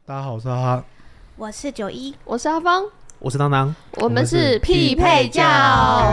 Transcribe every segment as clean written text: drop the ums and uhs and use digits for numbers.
大家好，我是哈哈， 我是91， 我是阿芳， 我是当当， 我们是匹配教。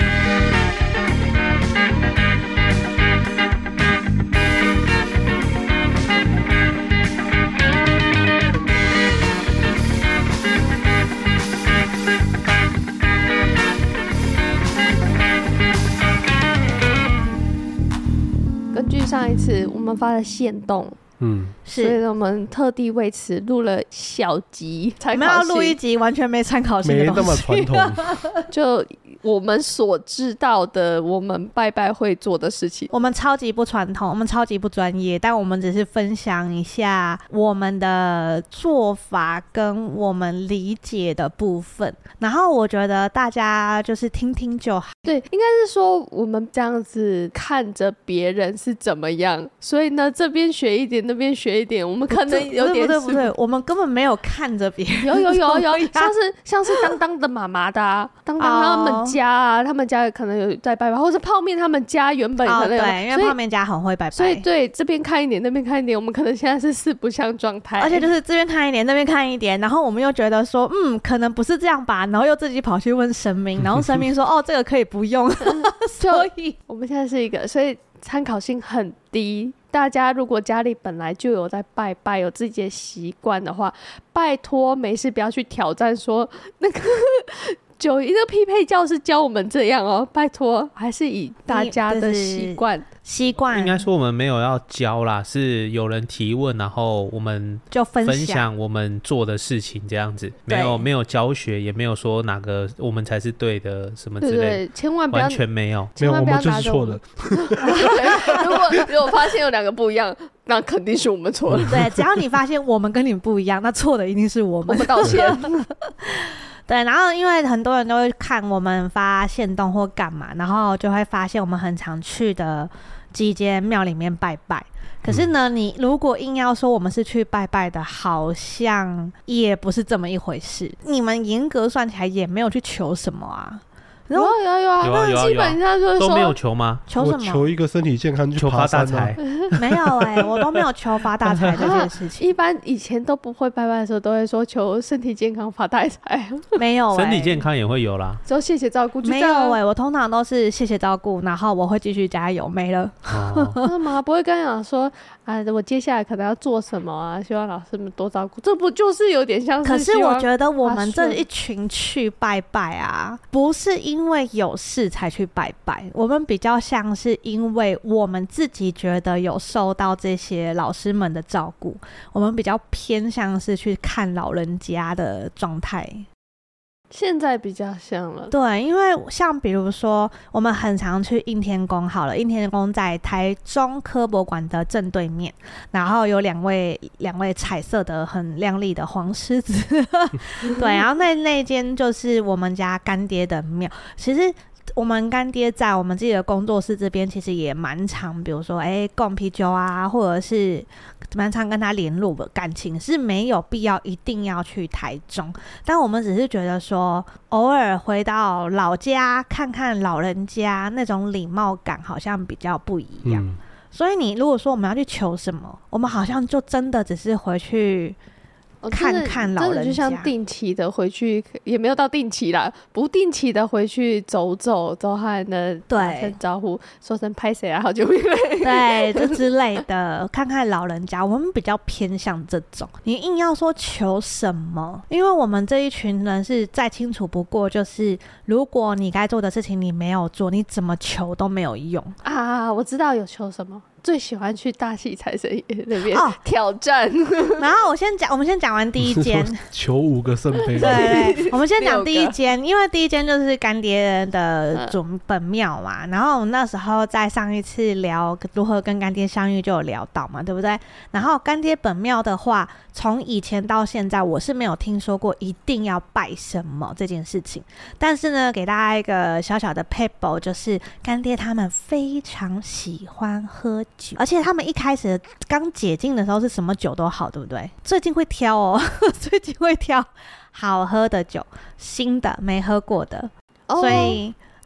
根据上一次我们发的限动，所以我们特地为此录了小集参考性。 我们要录一集完全没参考性的东西， 没那么传统。 就我们所知道的，我们拜拜会做的事情。 我们超级不传统，我们超级不专业，但我们只是分享一下我们的做法跟我们理解的部分。然后我觉得大家就是听听就好。 对，应该是说我们这样子看着别人是怎么样，所以呢，这边学一点，那边学一点，我们可能有点不对，我们根本没有看着别人。 有，像是当当的妈妈的啊，当当他们家啊，他们家可能有在拜拜，或是泡面他们家原本可能有， 对，因为泡面家很会拜拜， 所以对这边看一点，那边看一点，我们可能现在是四不像状态， 而且就是这边看一点，那边看一点，然后我们又觉得说，可能不是这样吧，然后又自己跑去问神明，然后神明说，哦，这个可以不用，所以我们现在是一个，所以参考性很低。大家如果家里本来就有在拜拜，有自己的习惯的话，拜托没事不要去挑战说那个91的匹配教是教我们这样哦，拜托，还是以大家的习惯。 应该说我们没有要教啦，是有人提问，然后我们就分享我们做的事情这样子，没有教学，也没有说哪个我们才是对的什么之类的， 对，千万不要， 完全没有， 我们就是错的。 如果发现有两个不一样，那肯定是我们错了。 对，只要你发现我们跟你不一样，那错的一定是我们道歉。 对，然后因为很多人都会看我们发限动或干嘛，然后就会发现我们很常去的几间庙里面拜拜。可是呢，你如果硬要说我们是去拜拜的，好像也不是这么一回事。你们严格算起来也没有去求什么啊。 有啊，基本上就是说都没有求吗？ 求什么？ 我求一个身体健康， 求发大财。 没有我都没有求发大财这件事情。 一般以前都不会拜拜的时候，都会说求身体健康发大财。 没有身体健康也会有啦。 之后谢谢照顾， 没有我通常都是谢谢照顾，然后我会继续加油，没了。 那妈不会跟你讲说我接下来可能要做什么啊？希望老师们多照顾，这不就是有点像是？ 可是我觉得我们这一群去拜拜啊，不是因为有事才去拜拜，我们比较像是因为我们自己觉得有受到这些老师们的照顾，我们比较偏向是去看老人家的状态。 现在比较像了， 对，因为像比如说我们很常去应天宫好了，应天宫在台中科博馆的正对面，然后有两位彩色的很亮丽的黄狮子对，然后那间就是我们家干爹的庙。其实我们干爹在我们自己的工作室这边其实也蛮常，比如说供啤酒啊，或者是蛮常跟他联络的，感情是没有必要一定要去台中，但我们只是觉得说偶尔回到老家看看老人家那种礼貌感好像比较不一样。所以你如果说我们要去求什么，我们好像就真的只是回去看看老人家， 真的就像定期的回去，也没有到定期啦，不定期的回去走走，和人的打声招呼，说声拍谁啊，好久没来， 对，这之类的，看看老人家，我们比较偏向这种。你硬要说求什么，因为我们这一群人是再清楚不过，就是如果你该做的事情你没有做，你怎么求都没有用啊！我知道有求什么。最喜欢去大喜财神爷那边挑战， 然后我们先讲完第一间， 求5个圣杯。 对，我们先讲第一间，因为第一间就是干爹的本庙嘛。然后我们那时候在上一次聊如何跟干爹相遇就有聊到嘛，对不对？然后干爹本庙的话，从以前到现在我是没有听说过一定要拜什么这件事情。但是呢，给大家一个小小的 pebble， 就是干爹他们非常喜欢喝酒，而且他们一开始刚解禁的时候是什么酒都好，对不对？最近会挑哦，最近会挑好喝的酒，新的没喝过的，所以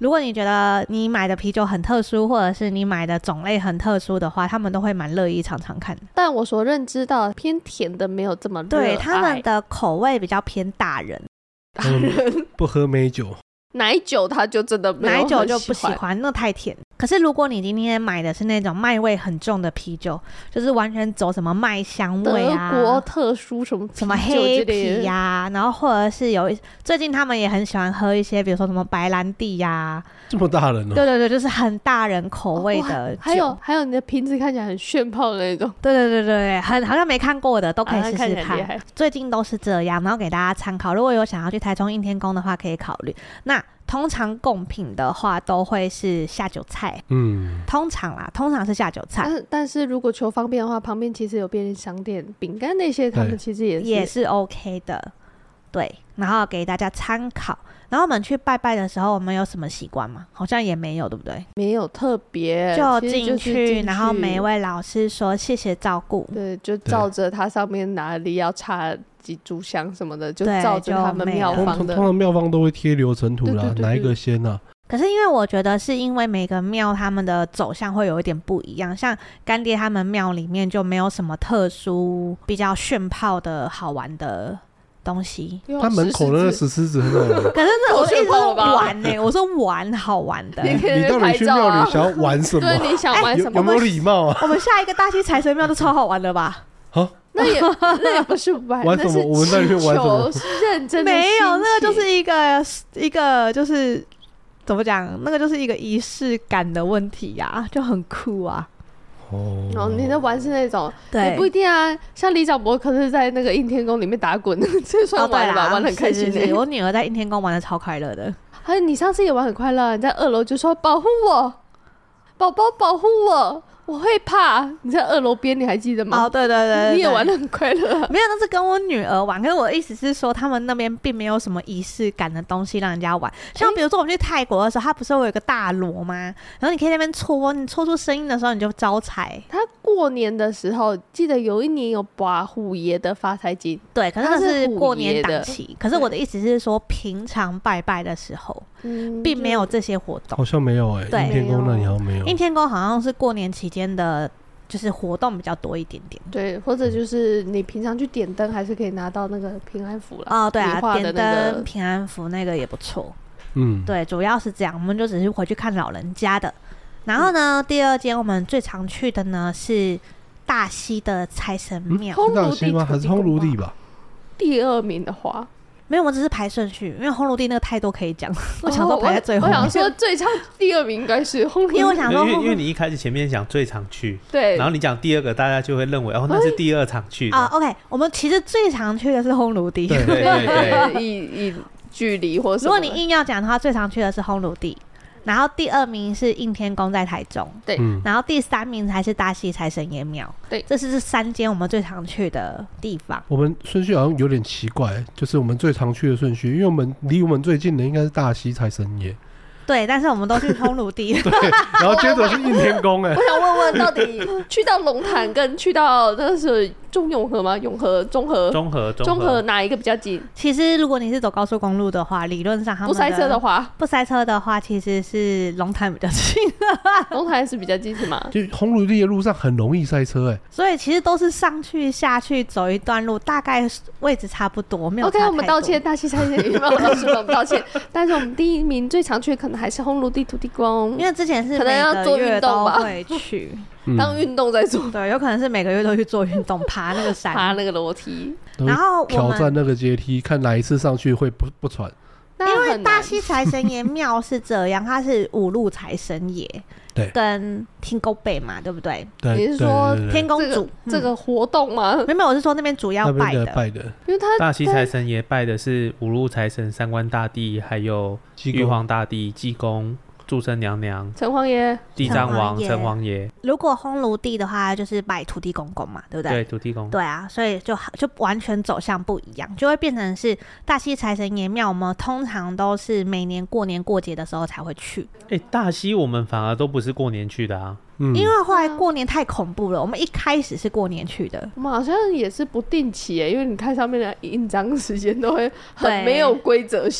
如果你觉得你买的啤酒很特殊，或者是你买的种类很特殊的话，他们都会蛮乐意尝尝看的。 但我所认知到偏甜的没有这么热爱， 对，他们的口味比较偏大人， 大人不喝美酒， 奶酒他就真的没有奶酒很就不喜欢。 欢，那太甜。可是如果你今天买的是那种麦味很重的啤酒，就是完全走什么麦香味啊， 德国特殊什么什么啤酒黑之类的啤呀、然后或者是最近他们也很喜欢喝一些，比如说什么白兰地呀、 这么大人哦、 对对对，就是很大人口味的酒。 还有你的瓶子看起来很炫炮的那种， 对对对对，好像没看过的都可以试试看起来很厉害。 最近都是这样，然后给大家参考。如果有想要去台中应天宫的话，可以考虑。那通常贡品的话，都会是下酒菜。通常是下酒菜。 但是如果求方便的话，旁边其实有便利商店、饼干那些，他们其实也是 OK 的。对，然后给大家参考。然后我们去拜拜的时候，我们有什么习惯吗？好像也没有，对不对？ 没有特别， 就进去，然后每一位老师说谢谢照顾。 对，就照着它上面哪里要插几炷香什么的，就照着他们庙方的。 通常庙方都会贴流程图啦， 对对对对， 哪一个先啊？ 可是因为我觉得是因为每个庙他们的走向会有一点不一样，像干爹他们庙里面就没有什么特殊比较炫炮的好玩的东西。 他门口那个石狮子很好玩。 可是那我是说玩呢、我说玩好玩的。 你到底去庙里想要玩什么？ 对，你想玩什么？ 有没有礼貌啊？ 我们下一个大溪财神庙就超好玩的吧？ 好， 那也不是玩什么？我们在里面玩什么？ 认真的没有，那个就是一个就是怎么讲？那个就是一个仪式感的问题呀、就很酷啊。 哦，你的玩是那种， 对， 也不一定啊。像李长博可是在那个应天宫里面打滚，这算玩了吧？玩得很开心欸。 是我女儿在应天宫玩的超快乐的。 还有你上次也玩很快乐，你在2楼就说保护我，宝宝保护我。我会怕，你在2楼边，你还记得吗？ 哦，对对 对， 你也玩得很快乐、啊。 没有，那是跟我女儿玩。可是我的意思是说，他们那边并没有什么仪式感的东西让人家玩。像比如说我们去泰国的时候，它不是会有一个大锣吗？然后你可以在那边戳，你戳出声音的时候你就招财。 他过年的时候，记得有一年有拔虎爷的发财金， 对，可是那是过年档期。可是我的意思是说，平常拜拜的时候，并没有这些活动。 好像没有欸，应天宫那里好像没有。 应天宫好像是过年期间的，就是活动比较多一点点。 对，或者就是你平常去点灯，还是可以拿到那个平安符了。 哦，对啊，点灯平安符那个也不错。对，主要是这样，我们就只是回去看老人家的。然后呢，第二间我们最常去的呢是大溪的财神庙。 大溪吗？还是烘炉地吧？ 第2名的话。 没有，我只是排顺序，因为烘炉地那个太多可以讲，我想说排在最后面。 我想说最常第2名应该是烘炉地， 因为我想说， 因为你一开始前面讲最常去， 对， 然后你讲第2个，大家就会认为哦那是第2场去的啊。OK， 我们其实最常去的是烘炉地， 对对对， 以距离或什么。 如果你硬要讲的话，最常去的是烘炉地。然后第2名是应天宫在台中， 对， 然后第3名才是大溪财神爷庙， 对， 这是3间我们最常去的地方。 我们顺序好像有点奇怪，就是我们最常去的顺序，因为我们离我们最近的应该是大溪财神爷， 对，但是我们都去烘炉地， 对，然后接着是应天宫。 我想问问，到底去到龙潭跟去到那是中永和吗？永和、中和哪一个比较近？ 其实如果你是走高速公路的话，理论上他们不塞车的话， 其实是龙潭比较近。 龙潭是比较近是吗？ 就烘炉地的路上很容易塞车所以其实都是上去下去走一段路，大概位置差不多，没有差太多。 OK， 我们道歉，大溪财神爷庙老师，我们道歉。但是我们第1名最常去的可能还是烘炉地土地公， 因为之前是可能要做运动吧， 会去当运动在做。 对，有可能是每个月都去做运动，爬那个山， 爬那个楼梯， 然后挑战那个阶梯，看哪一次上去会不喘。 因为大溪财神爷庙是这样，它是5路财神爷， 对， 跟天公伯嘛，对不对？ 对， 你是说天公主这个活动吗？ 没有，我是说那边主要拜的， 因为他大溪财神爷拜的是5路财神、三官大帝，还有玉皇大帝、济公、祝生娘娘、 城隍爷、 地藏王、城隍爷。 如果烘炉地的话，就是拜土地公公嘛，对不对？ 对，土地公。 对啊，所以就完全走向不一样，就会变成是大溪财神爷庙。我们通常都是每年过年过节的时候才会去。 大溪我们反而都不是过年去的啊。 因为后来过年太恐怖了，我们一开始是过年去的， 我们好像也是不定期因为你看上面的印章时间都会很没有规则性。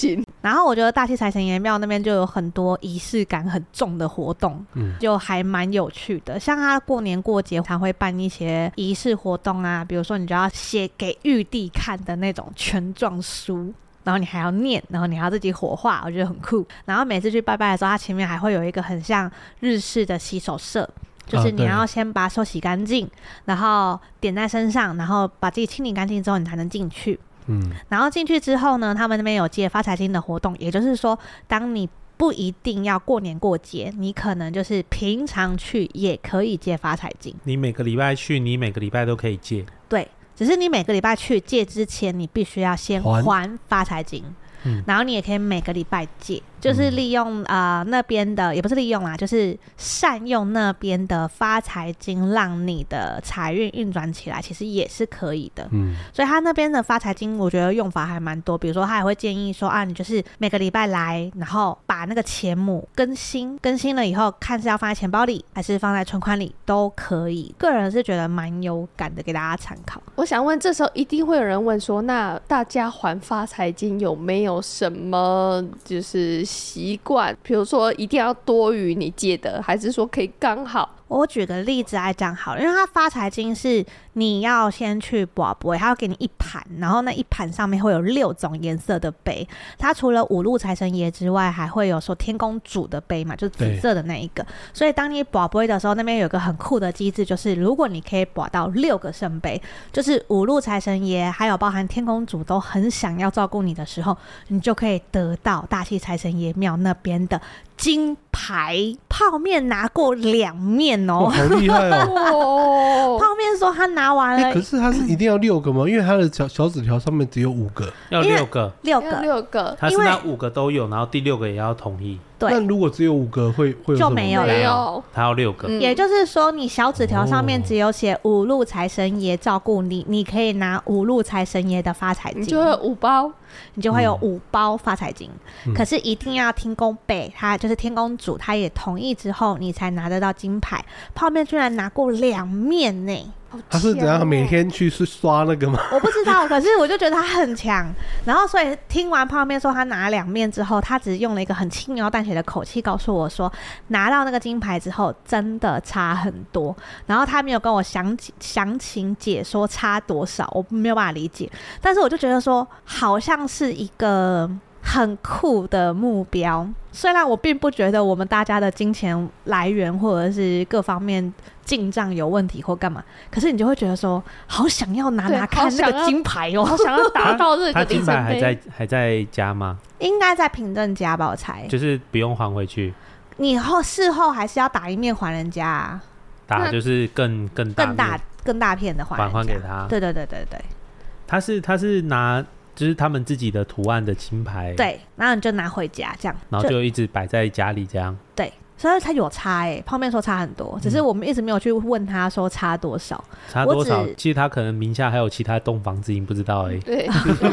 然后我觉得大溪财神爷庙那边就有很多仪式感很重的活动，就还蛮有趣的。像他过年过节还会办一些仪式活动啊，比如说你就要写给玉帝看的那种权状书，然后你还要念，然后你还要自己火化，我觉得很酷。然后每次去拜拜的时候，它前面还会有一个很像日式的洗手舍，就是你要先把手洗干净，然后点在身上，然后把自己清理干净之后，你才能进去。然后进去之后呢，他们那边有借发财金的活动，也就是说，当你不一定要过年过节，你可能就是平常去也可以借发财金。 你每个礼拜去，你每个礼拜都可以借。 对，只是你每个礼拜去借之前，你必须要先还发财金。然后你也可以每个礼拜借，就是利用那边的，也不是利用啦，就是善用那边的发财金，让你的财运运转起来，其实也是可以的。所以他那边的发财金，我觉得用法还蛮多。比如说，他也会建议说啊，你就是每个礼拜来，然后把那个钱母更新了以后，看是要放在钱包里，还是放在存款里，都可以。个人是觉得蛮有感的，给大家参考。 我想问，这时候一定会有人问说，那大家还发财金有没有什么就是习惯？比如说一定要多于你借的，还是说可以刚好？ 我举个例子来讲好了，因为它发财金是你要先去拔杯，它要给你一盘，然后那一盘上面会有6种颜色的杯。它除了5路财神爷之外，还会有说天公主的杯嘛，就是紫色的那一个。所以当你拔杯的时候，那边有个很酷的机制，就是如果你可以拔到6个圣杯，就是5路财神爷还有包含天公主都很想要照顾你的时候，你就可以得到大溪财神爷庙那边的金牌泡面，拿过2面哦， 好厉害哦！ 泡面说他拿完了， 可是他是一定要6个吗？因为他的小纸条上面只有5个， 要6个 ，6个， 他是那5个都有，然后第6个也要同意。 对， 那如果只有5个会有就没有了， 他要6个。 也就是说，你小纸条上面只有写5路财神爷照顾你，你可以拿5路财神爷的发财金， 你就会有5包。 你就会有5包发财金。可是一定要天公伯，他就是天公主，他也同意之后，你才拿得到金牌。泡面居然拿过2面呢！ 他是怎样每天去是刷那个吗？ 我不知道，可是我就觉得他很强。然后所以听完泡面说他拿2面之后，他只用了一个很轻描淡写的口气告诉我说，拿到那个金牌之后真的差很多。然后他没有跟我详情解说差多少，我没有办法理解。但是我就觉得说，好像是一个很酷的目标。虽然我并不觉得我们大家的金钱来源或者是各方面进账有问题或干嘛，可是你就会觉得说，好想要拿看那个金牌哦， 好想要达到这个他金牌还在家吗？ 应该在凭证家吧，我猜。 就是不用还回去， 你事后还是要打一面还人家啊。 打就是更大片的还给他。 对。他是拿。就是他们自己的图案的金牌， 对，然后你就拿回家这样， 然后就一直摆在家里这样。 对，所以他有差泡面说差很多，只是我们一直没有去问他说差多少。 差多少？其实他可能名下还有其他栋房子，你不知道对，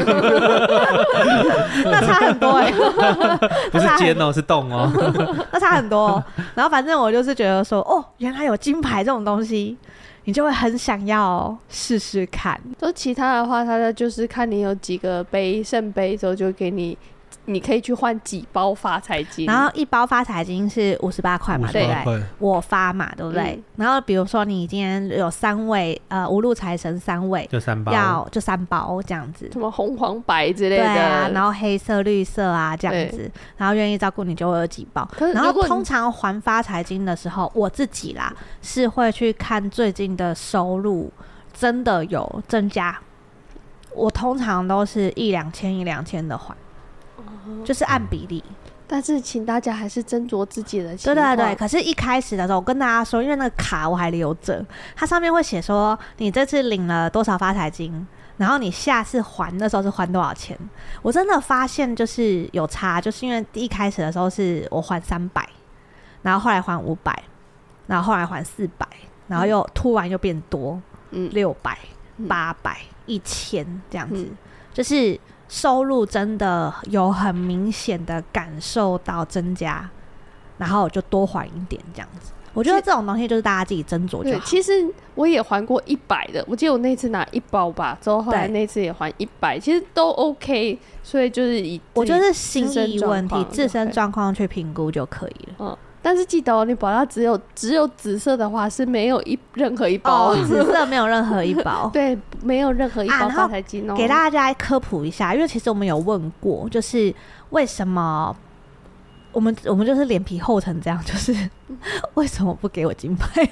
那差很多不是间哦，是栋哦， 那差很多然后反正我就是觉得说，哦，原来有金牌这种东西。你就会很想要试试看。 都其他的话，他就是看你有几个圣杯之后，就给你，你可以去换几包发财金。 然后1包发财金是58块嘛，对不对？我发嘛，对不对？然后比如说你今天有3位5路财神3位， 就3包， 就3包这样子， 什么红黄白之类的， 对啊，然后黑色绿色啊这样子，然后愿意照顾你就会有几包。然后通常还发财金的时候，我自己啦是会去看最近的收入真的有增加，我通常都是1-2千的还，就是按比例。 但是请大家还是斟酌自己的情况。 对，可是一开始的时候我跟大家说，因为那个卡我还留着，它上面会写说你这次领了多少发财金，然后你下次还的时候是还多少钱。我真的发现就是有差，就是因为一开始的时候是我还300，然后后来还500，然后后来还400，然后又突然又变多，600、800、1000这样子，就是收入真的有很明显的感受到增加，然后就多还一点这样子。 我觉得这种东西就是大家自己斟酌就对， 好。 其实我也还过100的，我记得我那次拿1包吧，之后后来对那次也还100，其实都 OK， 所以就是以我觉得是自己心意问题，自身状状况去评估就可以了。 况，但是记得哦，你保到只有紫色的话是没有任何一包， 紫色没有任何一包。 对，没有任何一包然后发财金哦。 给大家科普一下，因为其实我们有问过，就是为什么我们就是脸皮厚成这样，就是为什么不给我金牌？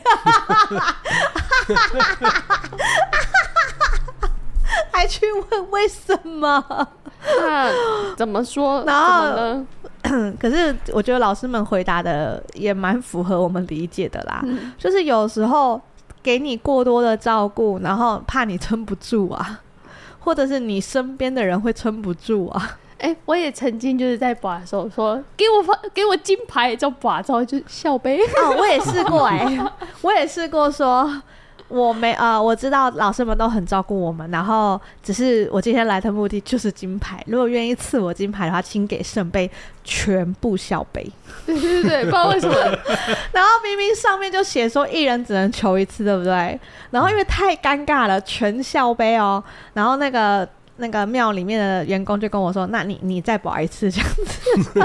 还去问为什么？ 那怎么说？ 然后怎么呢？ 可是我觉得老师们回答的也蛮符合我们理解的啦，就是有时候给你过多的照顾，然后怕你撑不住啊，或者是你身边的人会撑不住啊。 我也曾经就是在拔的时候说给我金牌，就拔之后就笑杯。 我也试过我也试过说。我知道老师们都很照顾我们，然后只是我今天来的目的就是金牌。如果愿意赐我金牌的话，请给圣杯全部校杯。 对对对，不知道为什么。 然后明明上面就写说一人只能求一次，对不对？然后因为太尴尬了，全校杯哦。然后那个庙里面的员工就跟我说：“那你再保一次，这样子。”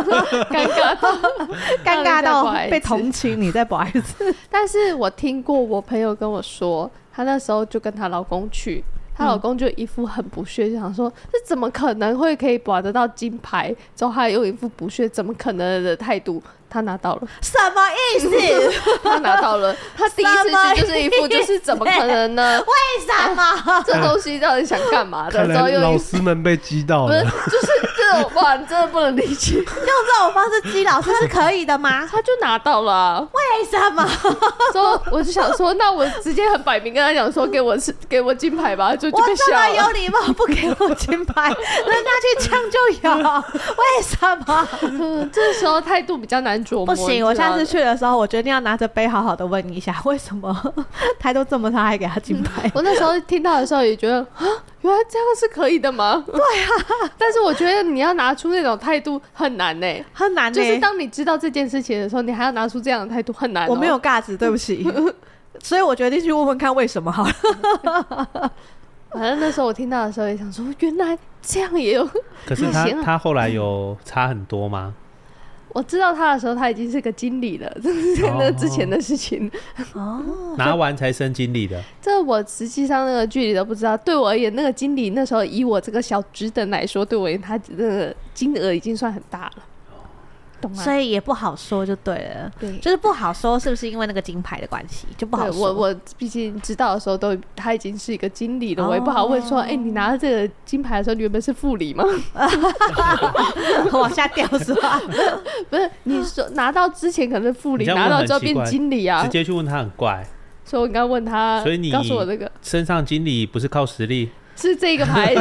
尴尬到被同情，你再保一次。 但是我听过我朋友跟我说，她那时候就跟她老公去，她老公就一副很不屑，就想说这怎么可能会可以保得到金牌？之后他用一副不屑，怎么可能的态度。他拿到了， 什么意思？ 他拿到了，他第一次去就是一副就是怎么可能呢？ 为什么？ 这东西到底想干嘛的？ 看来老师们被激到了， 就是这种哇，你真的不能理解。用这种方式激老师是可以的吗？ 他就拿到了、啊， 为什么？ 之后我就想说，那我直接很摆明跟他讲说，给我金牌吧，就被我这么笑了。 有礼貌，不给我金牌，人家去抢就有，为什么？ 这时候态度比较难琢磨。 不行，我下次去的时候，我决定要拿着杯好好的问一下，为什么态度这么差还给他金牌？ 我那时候听到的时候也觉得啊，原来这样是可以的吗？对啊，但是我觉得你要拿出那种态度很难呢、 很难、 就是当你知道这件事情的时候，你还要拿出这样的态度，很难、 我没有尬子，对不起。所以我决定去问问看为什么好了。 反正那时候我听到的时候也想说，原来这样也有。 可是他后来有差很多吗？ 我知道他的时候，他已经是个经理了，这是那之前的事情。 拿完才升经理的。 这我实际上那个距离都不知道。对我而言，那个经理那时候以我这个小职等来说，对我而言，他那个金额已经算很大了。懂吗？ 所以也不好说，就对了。 对， 就是不好说是不是因为那个金牌的关系，就不好说。 我毕竟知道的时候他已经是一个经理了，我也不好问说，你拿了这个金牌的时候，你原本是副理吗？ 往下掉是吧？ 不是，你说拿到之前可能是副理，拿到之后变经理啊， 直接去问他很怪。 所以我应该问他， 所以你告诉我这个升上经理不是靠实力。 是这个牌子，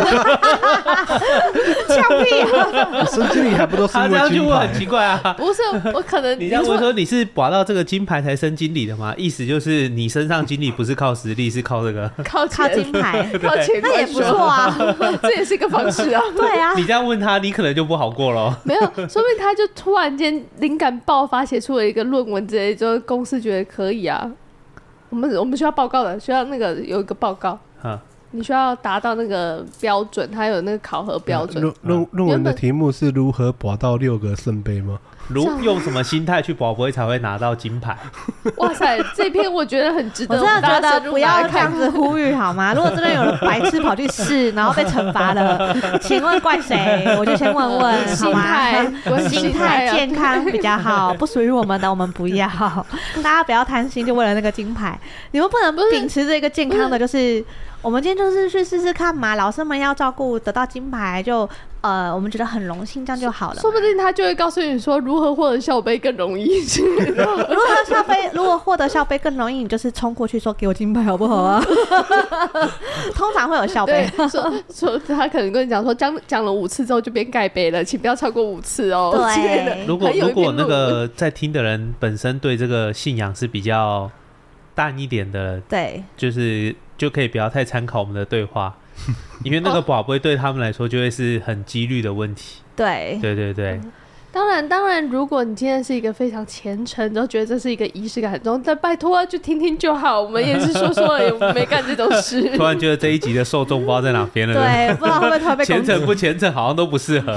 呛屁啊！ 升经理还不都是因为金牌？ 他这样就会很奇怪啊！ 不是，我可能你这样问说你是拔到这个金牌才升经理的吗？意思就是你升上经理不是靠实力，是靠这个靠金牌， 靠钱， 那也不错啊， 这也是一个方式啊。 对啊， 你这样问他，你可能就不好过了。 没有，说不定他就突然间灵感爆发，写出了一个论文之类，就公司觉得可以啊。我们需要报告的，需要那个有一个报告。你需要达到那个标准，它有那个考核标准。 论文的题目是如何拔到6个圣杯吗？ 用什么心态去拔杯才会拿到金牌？ 哇塞，这篇我觉得很值得。 我真的觉得不要这样子呼吁好吗？如果真的有人白痴跑去试，然后被惩罚了，请问怪谁？我就先问问好吗？心态健康比较好，不属于我们的我们不要。大家不要贪心，就为了那个金牌，你们不能秉持这个健康的，就是我们今天就是去试试看嘛。老师们要照顾得到金牌就。我们觉得很荣幸，这样就好了。 说不定他就会告诉你说，如何获得校杯更容易。 如果获得校杯更容易，你就是冲过去说给我金牌好不好啊？通常会有校杯。 说他可能跟你讲说，讲了5次之后就变盖杯了，请不要超过5次哦。 对。 如果那个在听的人本身对这个信仰是比较淡一点的， 对， 就可以不要太参考我们的对话。因为那个宝贝对他们来说就会是很几率的问题。 对对对对， 当然，如果你今天是一个非常虔诚，然后觉得这是一个仪式感很重，但拜托就听听就好。我们也是说而已，我们没干这种事。 突然觉得这一集的受众不知道在哪边了， 对，不知道会不会突然被虔诚不虔诚好像都不适合。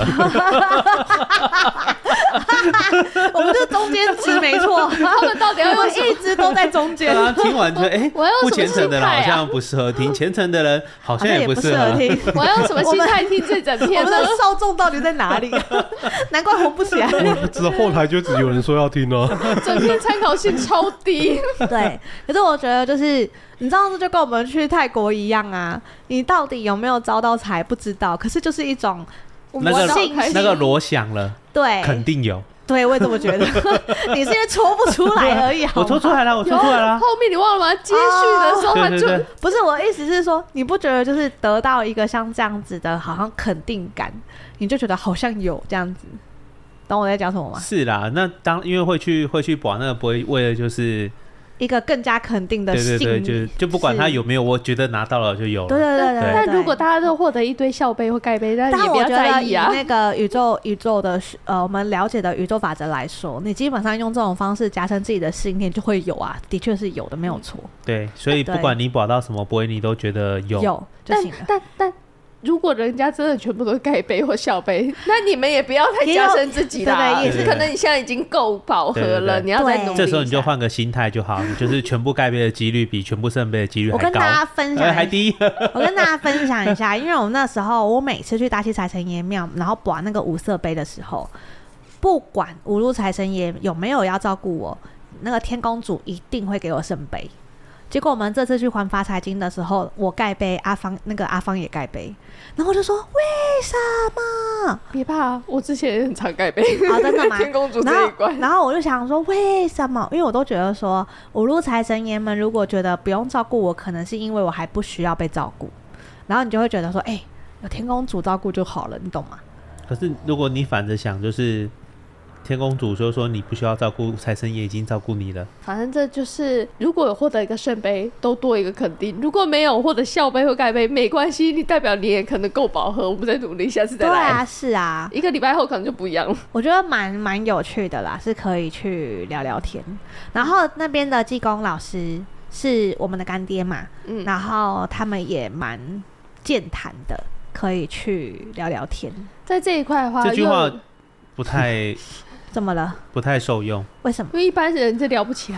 我们就中间值没错， 他们到底要用一直都在中间。 刚刚听完就我要用不什么虔诚的人好心态啊？ 像不适合听，虔诚的人好像也不适合听。 我要用什么心态听这整篇呢？ 我们的受众到底在哪里？难怪红不起来。 只后台就只有人说要听哦。 整篇参考性超低。 对，可是我觉得就是你知道，这就跟我们去泰国一样啊。你到底有没有招到财不知道，可是就是一种那个锣响了， 对， 肯定有。 对，我也这么觉得。你是因为戳不出来而已。 我戳出来了，我戳出来了。 后面你忘了吗？接续的时候他就不是我的意思是说，你不觉得就是得到一个像这样子的，好像肯定感，你就觉得好像有这样子。懂我在讲什么吗？ 是啦，那因为会去保那个不会为了就是一个更加肯定的信对， 誉， 就不管他有没有，我觉得拿到了就有了。 对。 但如果大家都获得一堆校杯或盖杯，那也不要在意啊。 以那个宇宙的我们了解的宇宙法则来说，你基本上用这种方式加深自己的信念，就会有啊，的确是有的，没有错。 对，所以不管你保到什么杯，你都觉得有就行了。 但如果人家真的全部都是盖杯或校杯，那你们也不要太加深自己啦。也是可能你现在已经够饱和了，你要再努力。 这时候你就换个心态就好，你就是全部盖杯的几率比全部圣杯的几率还高。 我跟大家分享， 还低。 我跟大家分享一下，因为我们那时候，我每次去大溪财神爷庙，然后把那个五色杯的时候，不管五路财神爷有没有要照顾我，那个天公主一定会给我圣杯。结果我们这次去还发财金的时候，我盖杯，阿芳也盖杯，然后我就说为什么？ 别怕，我之前也很常盖杯。 哦，真的吗？ 天公主这一关。 然后我就想说为什么？因为我都觉得说五路财神爷们如果觉得不用照顾我，可能是因为我还不需要被照顾，然后你就会觉得说，有天公主照顾就好了，你懂吗？ 可是如果你反着想，就是天公主就说你不需要照顾，财神爷已经照顾你了。 反正这就是如果有获得一个圣杯都多一个肯定，如果没有或者校杯或盖杯没关系，你代表你也可能够饱和，我们再努力，下次再来。 对啊，是啊， 一个礼拜后可能就不一样了。 我觉得蛮有趣的啦，是可以去聊聊天。然后那边的济公老师是我们的干爹嘛，然后他们也蛮健谈的，可以去聊聊天。 在这一块的话， 这句话不太怎么了？ 不太受用。 为什么？ 因为一般人是聊不起来，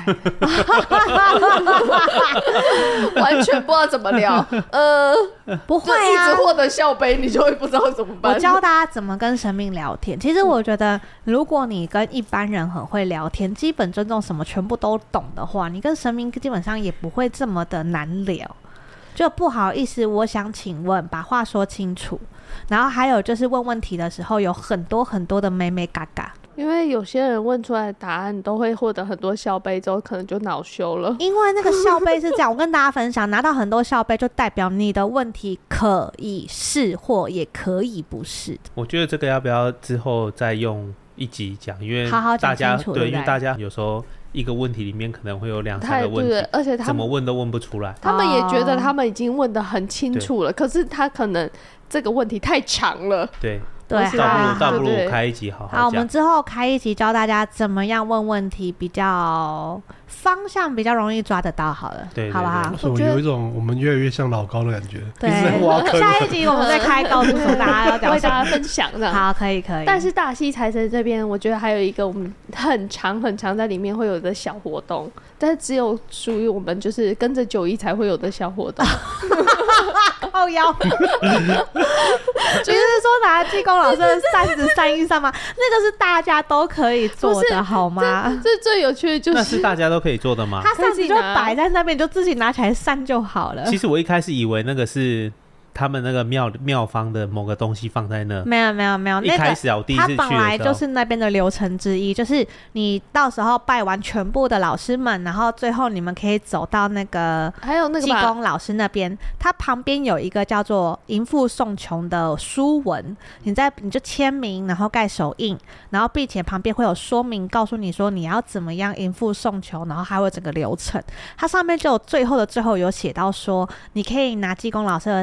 完全不知道怎么聊。 不会啊， 一直获得校杯，你就会不知道怎么办。 我教大家怎么跟神明聊天。其实我觉得，如果你跟一般人很会聊天，基本尊重什么全部都懂的话，你跟神明基本上也不会这么的难聊。就不好意思，我想请问，把话说清楚。然后还有就是问问题的时候，有很多很多的妹妹嘎嘎。 因为有些人问出来的答案都会获得很多校杯之后，可能就恼羞了。 因为那个校杯是这样，我跟大家分享，拿到很多校杯就代表你的问题可以是或也可以不是。 我觉得这个要不要之后再用一集讲？因为好好大家讲清楚，对， 因为大家有时候一个问题里面可能会有2-3个问题， 而且怎么问都问不出来。 他们也觉得他们已经问得很清楚了，可是他可能这个问题太长了。 对。 对， 倒不如开一集好好讲。 好，我们之后开一集教大家怎么样问问题，比较方向比较容易抓得到。好了， 对， 好不好？ 我有一种我们越来越像老高的感觉。 对，下一集我们再开告诉大家要讲， 为大家分享的。 好，可以。 但是大溪财神这边，我觉得还有一个我们很长在里面会有的小活动，但是只有属于我们就是跟着91才会有的小活动。 靠腰，你是说拿济公老师的扇子扇一扇吗？那个是大家都可以做的，好吗？ 这最有趣的就是， 那是大家都可以做的吗？ 他扇子就摆在那边，你就自己拿起来扇就好了。 其实我一开始以为那个是他们那个庙方的某个东西放在那。 没有， 一开始我第一次去的时候， 它本来就是那边的流程之一，就是你到时候拜完全部的老师们，然后最后你们可以走到那个还有那个济公老师那边，它旁边有一个叫做迎富送穷的书文，你就签名，然后盖手印，然后并且旁边会有说明，告诉你说你要怎么样迎富送穷，然后还有整个流程。它上面就有最后有写到说，你可以拿济公老师的扇子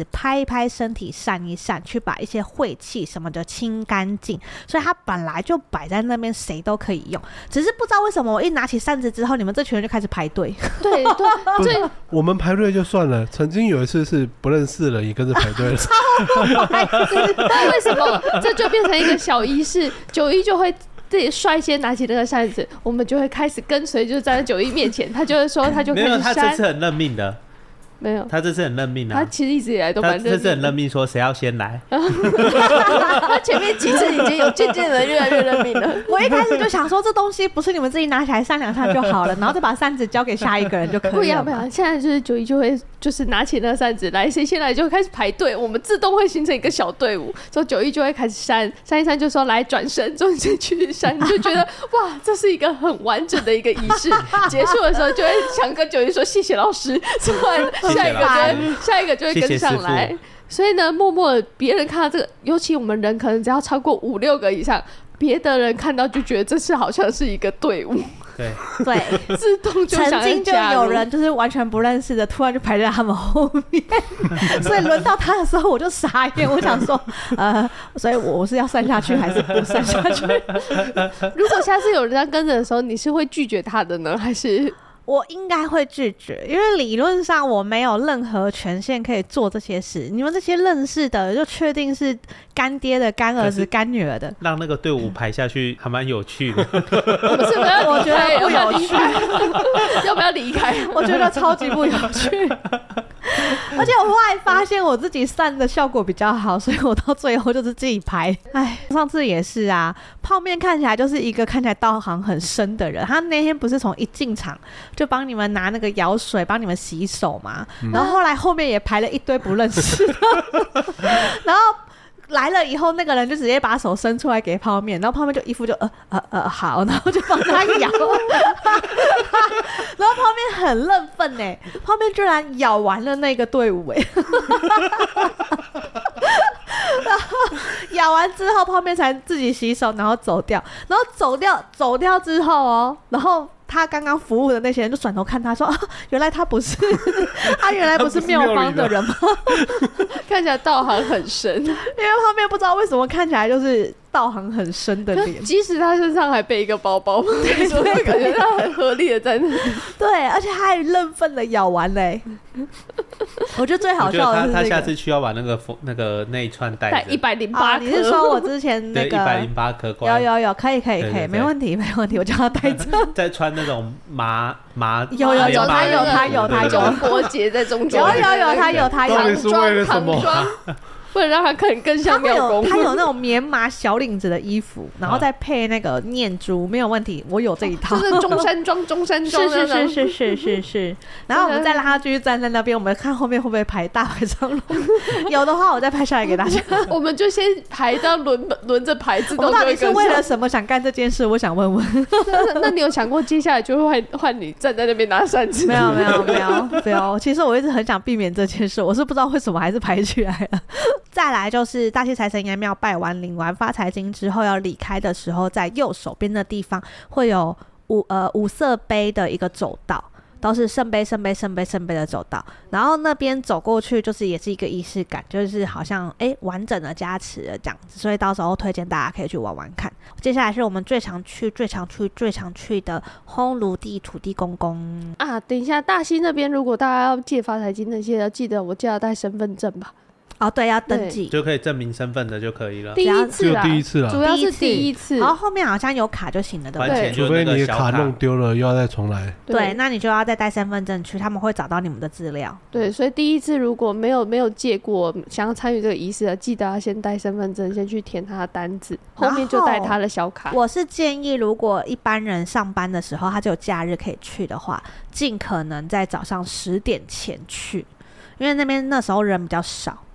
拍一拍身体，散一散，去把一些晦气什么的清干净。所以它本来就摆在那边，谁都可以用。只是不知道为什么，我一拿起扇子之后，你们这群人就开始排队。 对对， 我们排队就算了，曾经有一次是不认识的人也跟着排队了。 那为什么这就变成一个小仪式？九一就会自己率先拿起那个扇子，我们就会开始跟随，就站在九一面前，他就会说，他就开始扇。 没有，他这次很认命的。 没有， 他这次很认命啊！ 他其实一直以来都蛮认命的。 他这次很认命，说谁要先来。 他前面几次已经有渐渐的越来越认命了。 我一开始就想说，这东西不是你们自己拿起来扇两下就好了，然后再把扇子交给下一个人就可以了。 不一样，不一样。现在就是九一就会就是拿起那个扇子来，谁先来就开始排队，我们自动会形成一个小队伍。之后九一就会开始扇一扇，就说来转身，转身去扇，你就觉得哇，这是一个很完整的一个仪式。结束的时候就会想跟九一说谢谢老师，突然下一个就会跟上来。所以呢，默默别人看到这个，尤其我们人可能只要超过5、6个以上，别的人看到就觉得这是好像是一个队伍。 对， 自动就想曾经就有人就是完全不认识的，突然就排在他们后面，所以轮到他的时候我就傻眼，我想说，所以我是要散下去还是不散下去？ 如果下次有人在跟着的时候，你是会拒绝他的呢，还是？ 我应该会拒绝，因为理论上我没有任何权限可以做这些事。你们这些认识的，就确定是干爹的、干儿子、干女儿的， 让那个队伍排下去还蛮有趣的。 我们是不是要我觉得不有趣， 要不要离开？ 我觉得超级不有趣。而且我后来发现我自己散的效果比较好，所以我到最后就是自己排。哎，上次也是啊，泡面看起来就是一个看起来道行很深的人，他那天不是从一进场就帮你们拿那个舀水帮你们洗手嘛，然后后来后面也排了一堆不认识的然后来了以后，那个人就直接把手伸出来给泡面，然后泡面就一副就好，然后就帮他咬然后泡面很认份欸，泡面居然咬完了那个队伍欸然后咬完之后，泡面才自己洗手，然后走掉，然后走掉之后哦，然后他刚刚服务的那些人就转头看他说：“原来他不是，他原来不是妙方的人吗？ 看起来道行很深，因为泡面不知道为什么看起来就是道行很深的脸， 即使他身上还背一个包包，对，所以感觉他很合理的在那里。 对，而且他还认份的咬完嘞。我觉得最好笑的是他下次需要把那一串带着 108颗。 你是说我之前那个 108颗？ 有，可以，没问题，我叫他带着。 再穿那种麻有，他有中国结在中间。 有，他有。 到底是为了什么？ 不能让他更像庙公。 他有那种棉麻小领子的衣服，然后再配那个念珠，没有问题，我有这一套。 就是中山装。 是。然后我们再让他继续站在那边，我们看后面会不会排大排长龙。有的话，我再拍下来给大家。 我们就先排到轮着排，自动就会跟上。 我到底是为了什么想干这件事？我想问问。 那你有想过接下来就会换你站在那边拿扇子？ 没有。其实我一直很想避免这件事，我是不知道为什么还是排起来了。再来就是大溪财神爷庙拜完领完发财金之后要离开的时候，在右手边的地方会有五色杯的一个走道，都是圣杯的走道，然后那边走过去就是也是一个仪式感，就是好像完整的加持了这样子，所以到时候推荐大家可以去玩玩看。接下来是我们最常去的烘炉地土地公公啊。等一下，大溪那边如果大家要借发财金那些，要记得我记得要带身份证吧。 哦，对，要登记就可以证明身份的就可以了。 第一次啦，主要是第一次， 然后后面好像有卡就行了，对不对？ 除非你的卡弄丢了，又要再重来。 对，那你就要再带身份证去，他们会找到你们的资料。 对，所以第一次如果没有借过，想要参与这个仪式的，记得要先带身份证，先去填他的单子，后面就带他的小卡。 我是建议，如果一般人上班的时候，他只有假日可以去的话，尽可能在早上10点前去，因为那边那时候人比较少。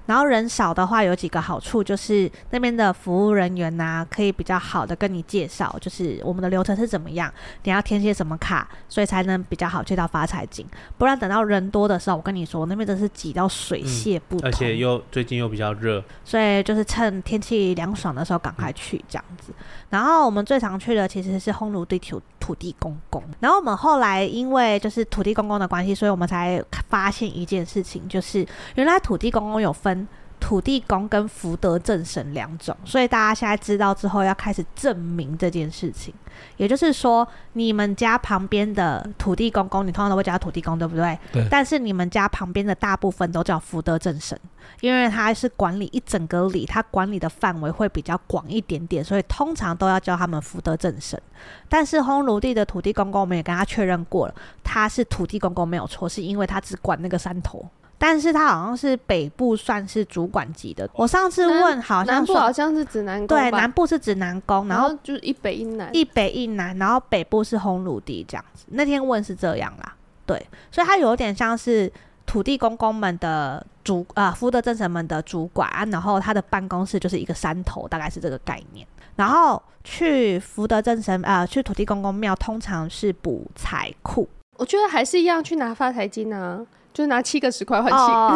然后人少的话有几个好处，就是那边的服务人员啊，可以比较好的跟你介绍，就是我们的流程是怎么样，你要填些什么卡，所以才能比较好借到发财金。不然等到人多的时候，我跟你说那边真是挤到水泄不通， 而且最近又比较热， 所以就是趁天气凉爽的时候赶快去这样子。然后我们最常去的其实是烘炉地土地公公，然后我们后来因为就是土地公公的关系，所以我们才发现一件事情，就是原来土地公公有分土地公跟福德正神两种，所以大家现在知道之后要开始证明这件事情。也就是说，你们家旁边的土地公公，你通常都会叫他土地公，对不对？ 对。 但是你们家旁边的大部分都叫福德正神，因为他是管理一整个里，他管理的范围会比较广一点点，所以通常都要叫他们福德正神。但是烘炉地的土地公公，我们也跟他确认过了，他是土地公公没有错，是因为他只管那个山头。但是他好像是北部算是主管级的。我上次问好像南部好像是指南宫吧， 对，南部是指南宫，然后就是一北一南， 一北一南，然后北部是烘炉地这样子。那天问是这样啦，对，所以他有点像是土地公公们的福德正神们的主管，然后他的办公室就是一个山头，大概是这个概念。然后去福德正神去土地公公庙，通常是补财库。 我觉得还是一样去拿发财金啊。就拿7个10块换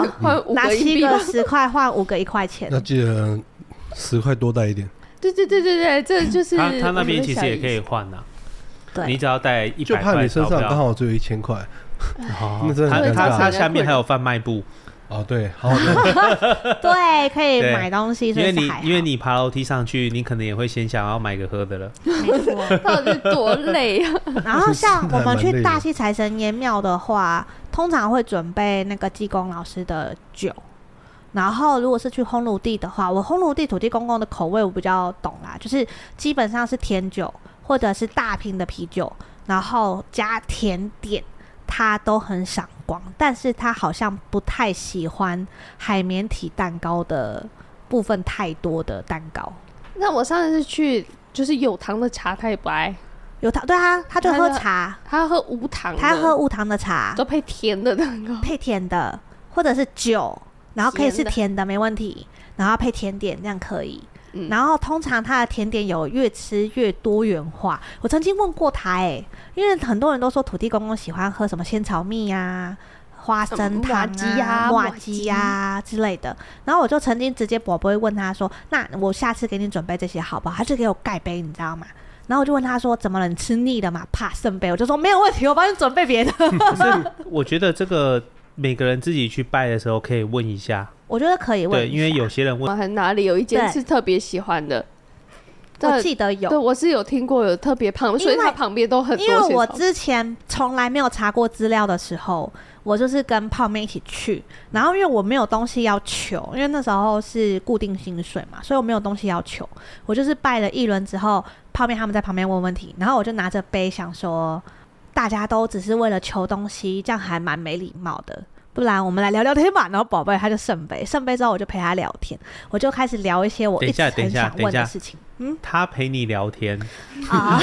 5个拿硬币， 拿7个10块换5个1块钱。 那记得10块多带一点。 对，这就是他那边其实也可以换啊。对，你只要带100块， 就怕你身上刚好只有1000块。那真的很尴尬。 他下面还有贩卖部。 哦，对，好的。 对，可以买东西，所以因为你爬楼梯上去，你可能也会先想要买个喝的了。 没错， 到底多累啊！ 然后像我们去大溪财神爷庙的话，通常会准备那个济公老师的酒。然后如果是去烘炉地的话，我烘炉地土地公公的口味我比较懂啦，就是基本上是甜酒或者是大瓶的啤酒，然后加甜点。他都很赏光，但是他好像不太喜欢海绵体蛋糕的部分太多的蛋糕。 那我上次去就是有糖的茶，他也不爱。 有糖，对啊，他就喝茶， 他喝无糖的， 他喝无糖的茶， 都配甜的蛋糕， 配甜的，或者是酒，然后可以是甜的没问题，然后配甜点这样可以。然后通常他的甜点有越吃越多元化。我曾经问过他因为很多人都说土地公公喜欢喝什么仙草蜜啊、花生糖啊、麻糬啊之类的，然后我就曾经直接不会问他说，那我下次给你准备这些好不好？他就给我盖杯，你知道吗？然后我就问他说，怎么了？你吃腻了吗？怕圣杯？我就说没有问题，我帮你准备别的。 可是我觉得这个每个人自己去拜的时候可以问一下。 我觉得可以问一下， 对，因为有些人问， 我们哪里有一间是特别喜欢的， 我记得有， 对，我是有听过有特别胖，所以它旁边都很多。 因为我之前从来没有查过资料的时候，我就是跟泡妹一起去，然后因为我没有东西要求，因为那时候是固定薪水嘛，所以我没有东西要求，我就是拜了一轮之后，泡妹他们在旁边问问题，然后我就拿着杯想说，大家都只是为了求东西，这样还蛮没礼貌的。不然我们来聊聊天吧。然后宝贝他就圣杯之后，我就陪他聊天，我就开始聊一些我一直很想问的事情。 他陪你聊天啊？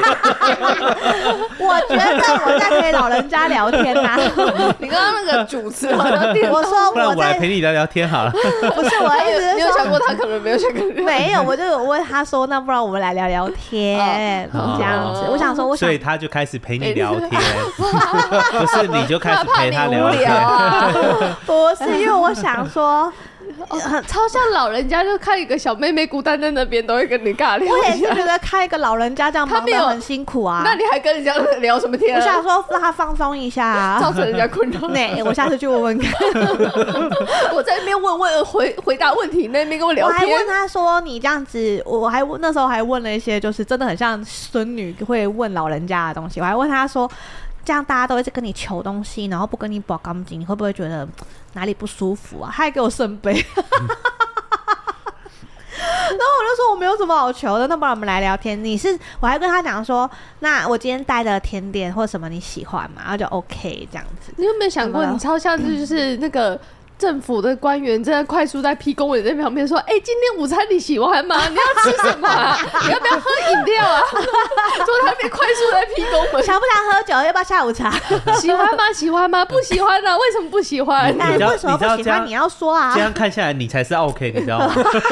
我觉得我在陪老人家聊天啊。 你刚刚那个主持好像我说不然我来陪你聊聊天好了。 不是，我一直你有想过他可能没有想跟你没有，我就有问他说，那不然我们来聊聊天这样子。我想说， 所以他就开始陪你聊天，不是你就开始陪他聊天。 不是，因为我想说。 超像老人家，就看一个小妹妹孤单在那边，都会跟你尬聊。 我也是觉得看一个老人家这样忙得很辛苦啊。 那你还跟人家聊什么天？ 我想说让他放松一下， 造成人家困扰。 我下次去问问看。 我在那边回答问题，那边跟我聊天。 我还问他说：“你这样子，我还那时候还问了一些，就是真的很像孙女会问老人家的东西。我还问他说。”这样大家都会跟你求东西，然后不跟你保钢筋，你会不会觉得哪里不舒服啊？他还给我圣杯，然后我就说我没有什么好求的，那不然我们来聊天。我还跟他讲说，那我今天带的甜点或什么你喜欢吗？然后就 OK 这样子。 你有没有想过，你超像就是那个政府的官员正在快速在批公文，在旁边说：“今天午餐你喜欢吗？你要吃什么啊？你要不要喝饮料啊？”说他边快速在批公文， 想不想喝酒？要不要下午茶？ 喜欢吗？喜欢吗？不喜欢啊？为什么不喜欢？ 为什么不喜欢？你要说啊！ 这样看下来，你才是 OK， 你知道吗？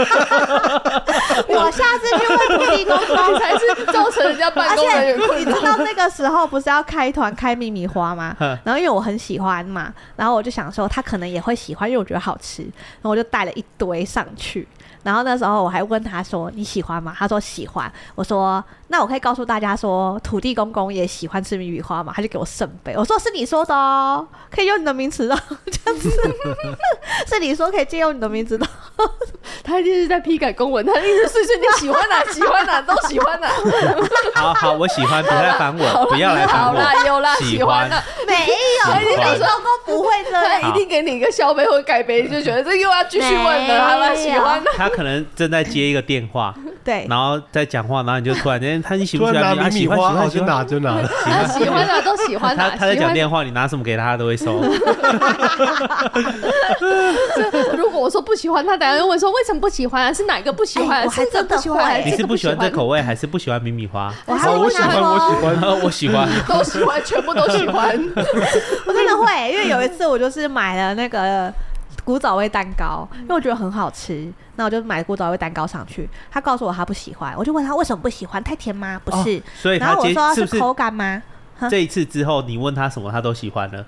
我下次去问土地公公， 才是造成人家办公人员困扰。 你知道那个时候不是要开团开秘密花吗？然后因为我很喜欢嘛，然后我就想说他可能也会喜欢，因为我觉得好吃，然后我就带了一堆上去。然后那时候我还问他说你喜欢吗？他说喜欢。我说那我可以告诉大家说土地公公也喜欢吃秘密花吗？他就给我圣杯。我说是你说的哦，可以用你的名词的，这样子是你说可以借用你的名字的。 他一定是在批改公文，他一直碎碎念喜欢哪喜欢哪都喜欢哪。 好，我喜欢，别来烦我，不要来烦我。 好啦，有啦， 喜欢了， 没有，土地公公不会这样， 他一定给你一个小杯或盖杯，就觉得这又要继续问了。好了，喜欢了。 他可能正在接一个电话， 对， 然后在讲话，然后你就突然间，你喜不喜欢？ 拿米花，就拿就拿了， 喜欢的都喜欢的。 他在讲电话，你拿什么给他，他都会收。 如果我说不喜欢，他等下又问说为什么不喜欢啊？是哪一个不喜欢？ 我还真的会。 你是不喜欢这口味，还是不喜欢米米花？ 我喜欢， 我喜欢， 都喜欢，全部都喜欢。 我真的会，因为有一次我就是买了那个古早味蛋糕，因为我觉得很好吃，那我就买古早味蛋糕上去。他告诉我他不喜欢，我就问他为什么不喜欢？太甜吗？不是。 所以然后我说是口感吗？ 这一次之后，你问他什么，他都喜欢了。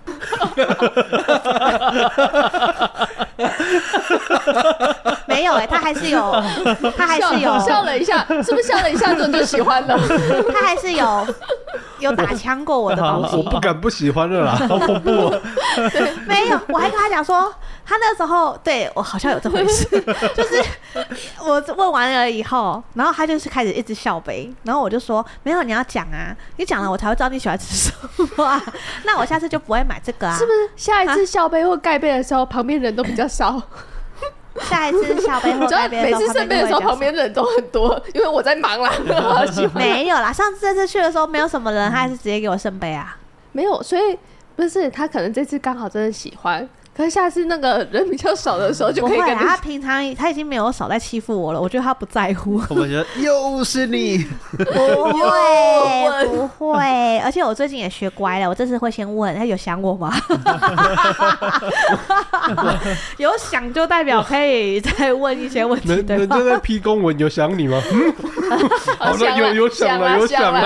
没有他还是有笑了一下，是不是笑了一下之后就喜欢了？ 他还是有打枪过我的东西。 我不敢不喜欢了啦，好恐怖哦！ 没有，我还跟他讲说，他那时候对我好像有这回事，就是我问完了以后，然后他就是开始一直笑杯，然后我就说没有，你要讲啊，你讲了我才会知道你喜欢吃什么啊，那我下次就不会买这个啊。 是不是下一次笑杯或盖杯的时候，旁边人都比较少？ 下一次笑杯或盖杯的时候， 每次圣杯的时候，旁边人都很多，因为我在忙啦。 没有啦，上次这次去的时候没有什么人，他还是直接给我圣杯啊。 没有，所以不是他可能这次刚好真的喜欢。可是下次那个人比较少的时候就可以跟你。 他平常他已经没有少在欺负我了，我觉得他不在乎。 我们觉得又是你， 不会，而且我最近也学乖了，我这次会先问他有想我吗？有想就代表可以再问一些问题，对吧？ 人家在批公文，有想你吗？好了，有想了。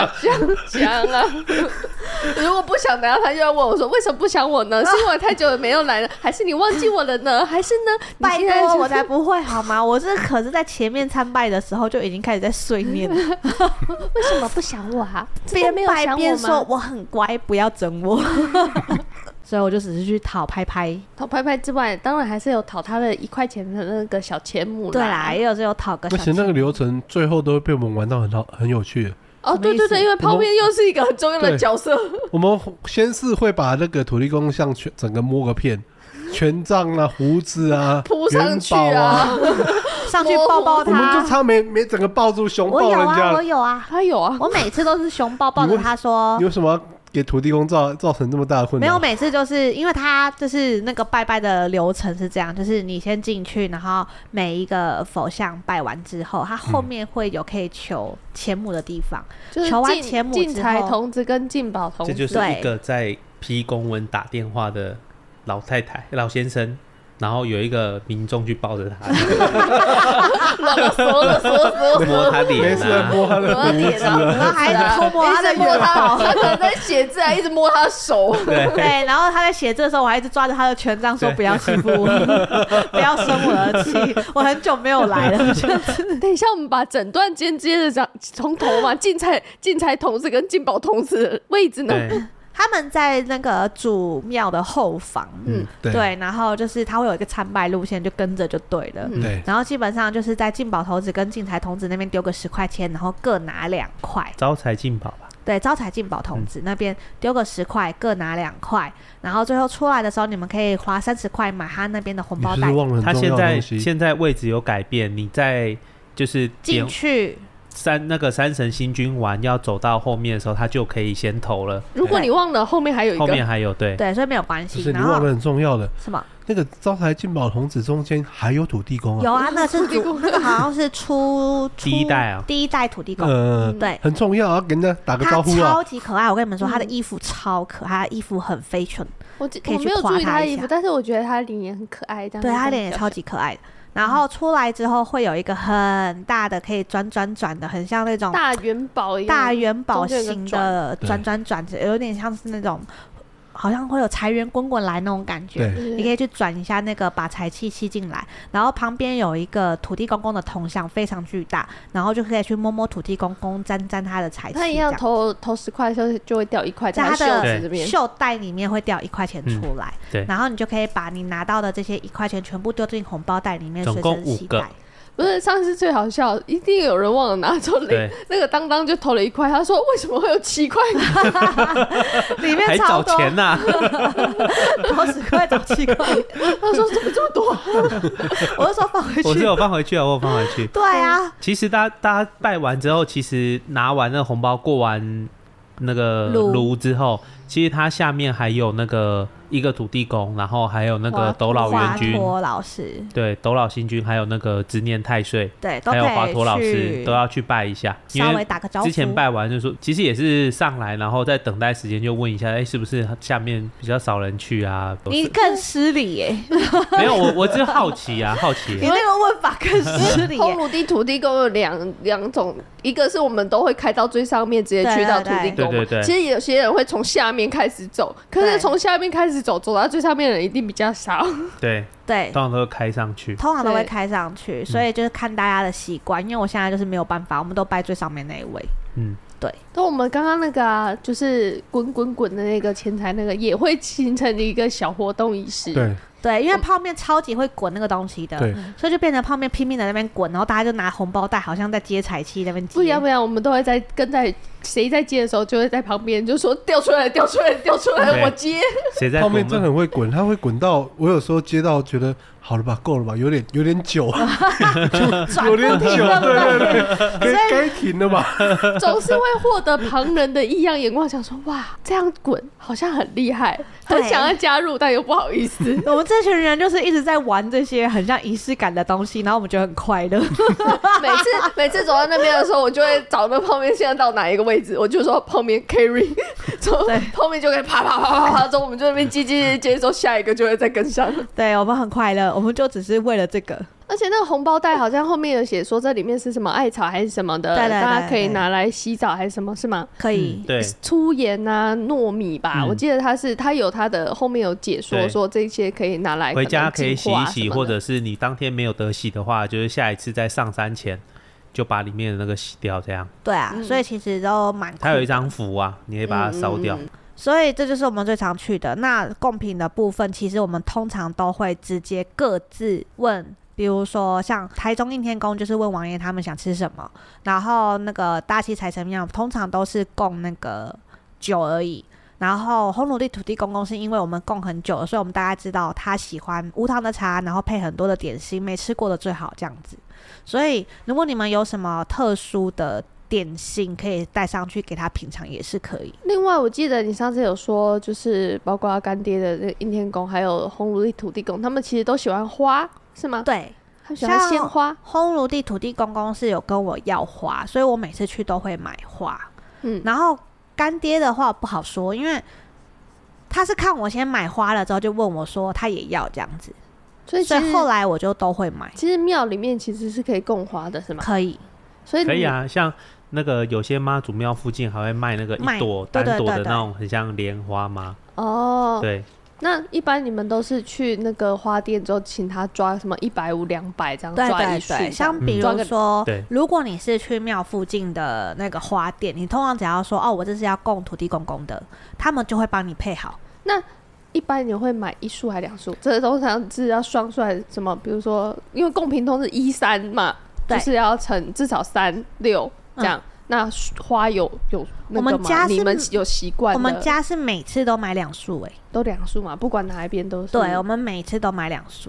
如果不想，等下他又要问我说为什么不想我呢？是因为太久了没有来了，还是你忘记我了呢？还是呢？ 拜托，我才不会好吗？我这可是在前面参拜的时候就已经开始在碎念了。 为什么不想我啊？ 别人没有想我吗？边说我很乖，不要整我。所以我就只是去讨拍拍之外，当然还是有讨他的1块钱的那个小钱母啦。 对啦，也有讨个小钱母。 而且那个流程最后都会被我们玩到很有趣。 哦，对对对，因为泡面又是一个很重要的角色。 我们先是会把那个土地公像整个摸个遍，权杖啊、胡子啊、 扑上去啊， 上去抱抱他。 我们就差没整个抱住熊抱人家。 我有啊， 他有啊， 我每次都是熊抱着他说。 你为什么要给土地公造成这么大的困扰？ 没有，每次就是因为他就是那个拜拜的流程是这样，就是你先进去，然后每一个佛像拜完之后，他后面会有可以求钱母的地方，求完钱母之后， 进财童子跟进宝童子， 这就是一个在批公文打电话的老太太、老先生。然后有一个民众去抱着他，摸他脸啊， 摸他的胡子啊， 然后还偷摸他的元宝， 他可能在写字，还一直摸他手。 对，然后他在写字的时候，我还一直抓着他的权杖说不要欺负我，不要生我的气。我很久没有来了， 等一下我们把整段接着讲，从头嘛，进财童子跟进宝童子的位置呢？ 他们在那个主庙的后房，对，然后就是他会有一个参拜路线，就跟着就对了， 对。 然后基本上就是在进宝童子跟进财童子那边丢个10块钱，然后各拿2块， 招财进宝吧。 对，招财进宝童子那边丢个10块，各拿2块，然后最后出来的时候，你们可以花30块买他那边的红包袋。 他现在位置有改变，你在就是进去。 那个山神星君丸要走到后面的时候，他就可以先投了。 如果你忘了，后面还有一个， 后面还有对， 所以没有关系。 就是你忘了很重要的什么？ 那个招财进宝童子中间还有土地公啊。 有啊，那是那个好像是第一代土地公，对， 很重要啊，跟人家打个招呼啊。 他超级可爱，我跟你们说，他的衣服超可爱，他的衣服很fashion。 我没有注意他的衣服，但是我觉得他的脸也很可爱。对， 他脸也超级可爱的。然后出来之后会有一个很大的可以转的，很像那种大元宝一样， 大元宝型的转，有点像是那种好像会有财源滚滚来那种感觉。你可以去转一下那个，把财气吸进来。然后旁边有一个土地公公的铜像，非常巨大，然后就可以去摸摸土地公公，沾他的财气。 他一样投10块的时候就会掉1块， 在他的袖带里面会掉1块钱出来。然后你就可以把你拿到的这些1块钱全部丢进红包袋里面，随身携带。 不是，上次最好笑，一定有人忘了拿走那个当当就投了1块，他说为什么会有7块？ 里面超多还找錢啊， 投10块找7块， 他说怎么这么多？ 我就说放回去， 我是有放回去啊，我有放回去。 对啊， 其实大家拜完之后，其实拿完那个红包，过完那个炉之后，其实它下面还有那个一个土地公，然后还有那个斗老元君、 华佗老师， 对，斗老星君，还有那个执念太岁， 对， 还有华佗老师都要去拜一下， 稍微打个招呼。 之前拜完就说，其实也是上来，然后在等待时间就问一下，是不是下面比较少人去啊？ 你更失礼耶！ 没有，我只是好奇啊，好奇。 你那个问法更失礼耶。 烘炉地土地公有两种，一个是我们都会开到最上面，直接去到土地公。 对。 其实有些人会从下面开始走，可是从下面开始走到最上面的人一定比较少。 对，通常都会开上去， 所以就是看大家的习惯。因为我现在就是没有办法，我们都拜最上面那一位。对。 但我们刚刚那个就是滚的那个钱财那个，也会形成一个小活动仪式。 对，因为泡面超级会滚那个东西的，所以就变成泡面拼命的那边滚，然后大家就拿红包袋，好像在接财气那边接。不一样， 我们都会在谁在接的时候，就会在旁边就说掉出来，我接。 泡面真的很会滚，它会滚到我有时候接到觉得好了吧，够了吧，有点久，有点久，对，该停了吧。 总是会获得旁人的异样眼光，想说哇，这样滚好像很厉害，很想要加入，但又不好意思。 我们这群人就是一直在玩这些很像仪式感的东西，然后我们觉得很快乐。 每次走到那边的时候，我就会找那泡面现在到哪一个位置，我就说泡面 carry， 泡面就可以啪啪啪啪啪，之后我们就那边接，之后下一个就会再跟上。 对，我们很快乐，我们就只是为了这个。 而且那个红包袋好像后面有写说这里面是什么艾草还是什么的，大家可以拿来洗澡还是什么，是吗？ 可以。 对， 粗盐啊、糯米吧，我记得它有它的后面有解说这些可以拿来回家可以洗一洗，或者是你当天没有得洗的话，就是下一次在上山前就把里面的那个洗掉，这样。 对啊，所以其实都蛮酷的。 它有一张符啊，你可以把它烧掉。 所以这就是我们最常去的。那贡品的部分，其实我们通常都会直接各自问。比如说像台中应天宫就是问王爷他们想吃什么，然后那个大溪财神庙通常都是供那个酒而已，然后烘炉地土地公公是因为我们供很久了，所以我们大家知道他喜欢无糖的茶，然后配很多的点心，没吃过的最好这样子。所以如果你们有什么特殊的点心可以带上去给他品尝也是可以。 另外我记得你上次有说，就是包括干爹的那个应天宫还有烘炉地土地公，他们其实都喜欢花是吗？ 对， 他们喜欢鲜花。 烘炉地土地公公是有跟我要花，所以我每次去都会买花。然后干爹的话不好说，因为他是看我先买花了之后就问我说他也要这样子，所以后来我就都会买。 其实庙里面其实是可以供花的是吗？ 可以， 所以可以啊，像那个有些妈祖庙附近还会卖那个一朵单朵的那种很像莲花吗？ 哦， 对。 那一般你们都是去那个花店之后请他抓什么150、200这样抓一束？ 对，像比如说如果你是去庙附近的那个花店，你通常只要说我这是要供土地公公的，他们就会帮你配好。 那一般你会买1束还2束？这通常是要双数还是什么？比如说因为贡品通是1、3嘛，就是要乘至少3、6这样。那花有那个吗？你们有习惯的？ 我们家是每次都买2束，都 2束嘛，不管哪一边都是。 对，我们每次都买2束。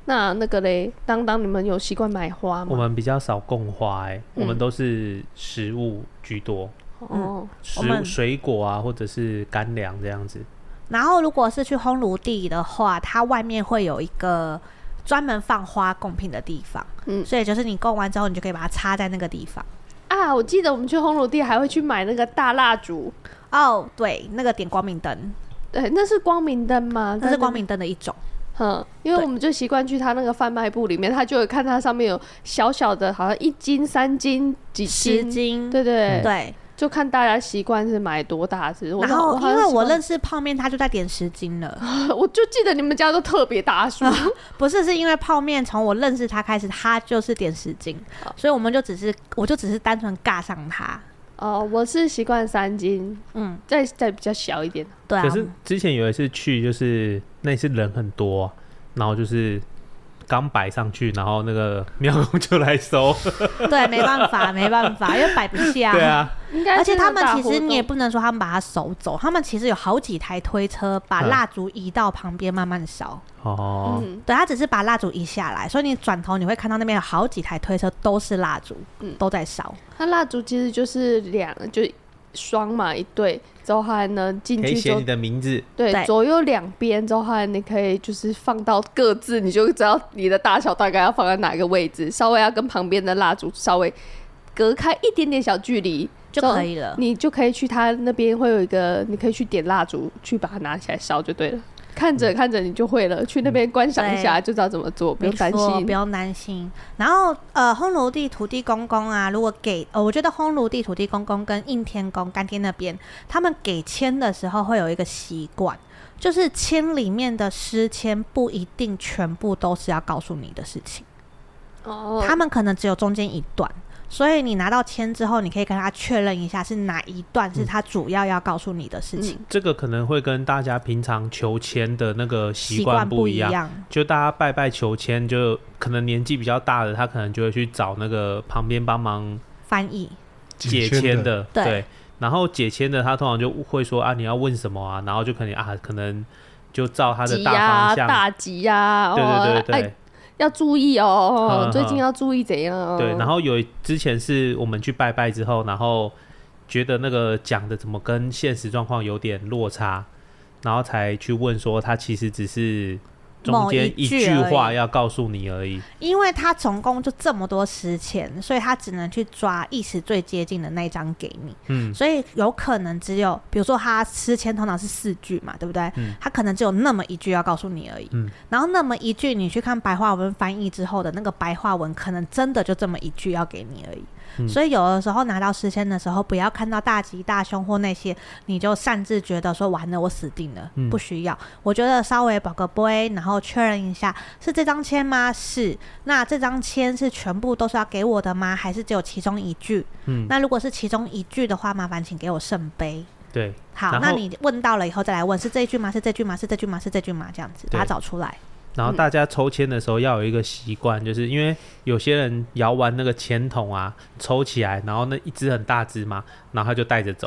那个嘞，当你们有习惯买花吗？ 我们比较少供花，我们都是食物居多， 哦， 水果啊，或者是干粮这样子。 然后如果是去烘炉地的话，它外面会有一个专门放花贡品的地方，所以就是你供完之后，你就可以把它插在那个地方。 啊，我记得我们去烘炉地还会去买那个大蜡烛。 哦，对，那个点光明灯。 对，那是光明灯吗？ 那是光明灯的一种。 因为我们就习惯去他那个贩卖部里面，他就会看它上面有小小的，好像1斤、3斤、几斤、 10斤， 对对对， 就看大家习惯是买多大只。 然后因为我认识泡面，他就在点10斤了， 我就记得你们家都特别大数， 不是，是因为泡面从我认识他开始，他就是点10斤，所以我就只是单纯尬上他。 哦，我是习惯3斤，再比较小一点。 对啊。 可是之前有一次去，就是那一次人很多，然后就是刚摆上去，然后那个庙公就来收。 对，没办法，因为摆不下。 对啊， 而且他们其实你也不能说他们把它收走，他们其实有好几台推车把蜡烛移到旁边慢慢烧。 哦， 对，他只是把蜡烛移下来，所以你转头你会看到那边有好几台推车都是蜡烛，都在烧。 它蜡烛其实就是就双嘛，一对之后还能进去， 可以写你的名字。 对，左右两边之后还你可以就是放到各自，你就知道你的大小大概要放在哪个位置，稍微要跟旁边的蜡烛稍微隔开一点点小距离就可以了。 你就可以去他那边会有一个，你可以去点蜡烛，去把它拿起来烧就对了。看着看着你就会了，去那边观赏一下就知道怎么做，不用担心， 不用担心。然后烘炉地土地公公啊，如果给我觉得烘炉地土地公公跟应天公干爹那边，他们给签的时候会有一个习惯，就是签里面的诗签不一定全部都是要告诉你的事情，他们可能只有中间一段。所以你拿到签之后，你可以跟他确认一下是哪一段是他主要要告诉你的事情。 这个可能会跟大家平常求签的那个习惯不一样。就大家拜拜求签，就可能年纪比较大的，他可能就会去找那个旁边帮忙翻译解签的， 对。 然后解签的，他通常就会说啊，你要问什么啊？然后就可能就照他的大方向， 大吉啊， 对。 要注意哦，最近要注意怎样哦。 对，然后之前是我们去拜拜之后，然后觉得那个讲的怎么跟现实状况有点落差，然后才去问说他其实只是中间一句话要告诉你而已， 因为他总共就这么多诗签，所以他只能去抓意思最接近的那一张给你。所以有可能只有，比如说他诗签通常是4句嘛，对不对？他可能只有那么一句要告诉你而已。然后那么一句，你去看白话文翻译之后的那个白话文，可能真的就这么一句要给你而已。所以有的时候拿到诗签的时候，不要看到大吉大凶或那些，你就擅自觉得说完了我死定了，不需要。我觉得稍微保个杯，然后确认一下是这张签吗？是。那这张签是全部都是要给我的吗？还是只有其中一句？那如果是其中一句的话，麻烦请给我圣杯。 对， 好，那你问到了以后再来问，是这一句吗？是这句吗？是这句吗？是这句吗？这样子把它找出来。 然后大家抽签的时候要有一个习惯，就是因为有些人摇完那个签筒啊，抽起来，然后那一只很大只嘛，然后他就带着走。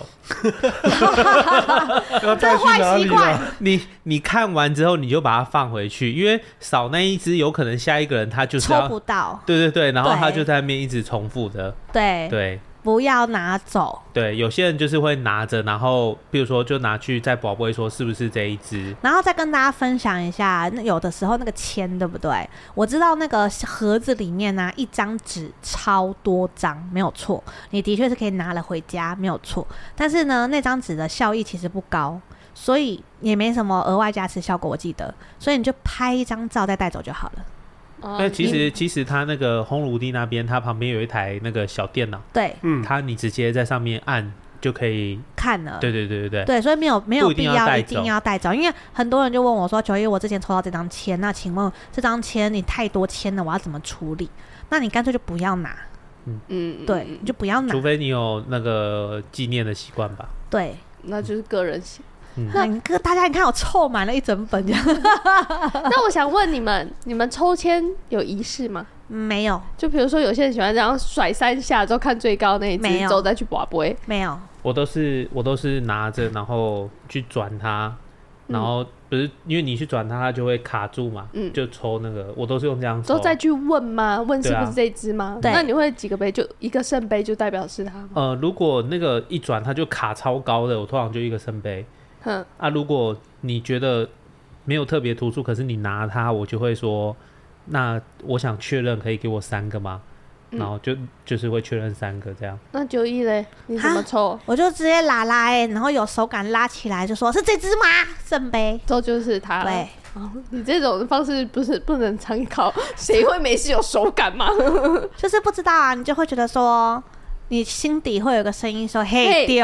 这坏习惯。 你看完之后，你就把它放回去，因为少那一只，有可能下一个人他就是要抽不到。 对，然后他就在那边一直重复的。对。 不要拿走。 对，有些人就是会拿着，然后比如说就拿去再宝贝说是不是这一只， 然后再跟大家分享一下，有的时候那个签对不对？我知道那个盒子里面啊，一张纸超多张，没有错，你的确是可以拿了回家，没有错。但是呢，那张纸的效益其实不高，所以也没什么额外加持效果，我记得，所以你就拍一张照再带走就好了。 那其实他那个烘炉地那边，他旁边有一台那个小电脑， 对， 你直接在上面按就可以看了。 对， 所以没有必要一定要带走，因为很多人就问我说：“91，我之前抽到这张签，那请问这张签你太多签了，我要怎么处理？”那你干脆就不要拿。对，你就不要拿， 除非你有那个纪念的习惯吧。 对， 那就是个人习。 大家你看我凑满了一整本这样。 那我想问你们抽签有仪式吗？ 没有。 就比如说有些人喜欢这样甩3下之后看最高那一只之后再去拔杯。 没有。 我都是拿着然后去转它， 然后不是因为你去转它就会卡住嘛，就抽那个，我都是用这样抽。 都再去问吗？问是不是这一支吗？ 对啊， 那你会几个杯？就一个圣杯就代表是它吗？ 如果那个一转它就卡超高的，我通常就一个圣杯。如果你觉得没有特别突出，可是你拿它，我就会说，那我想确认，可以给我3个吗？然后就是会确认3个这样。 那91嘞，你怎么抽？ 我就直接拉然后有手感拉起来就说是这支吗？圣杯， 之后就是它。 对， 你这种方式不能参考，谁会没事有手感吗？ 就是不知道啊，你就会觉得说。你心底会有个声音说：“嘿丢。”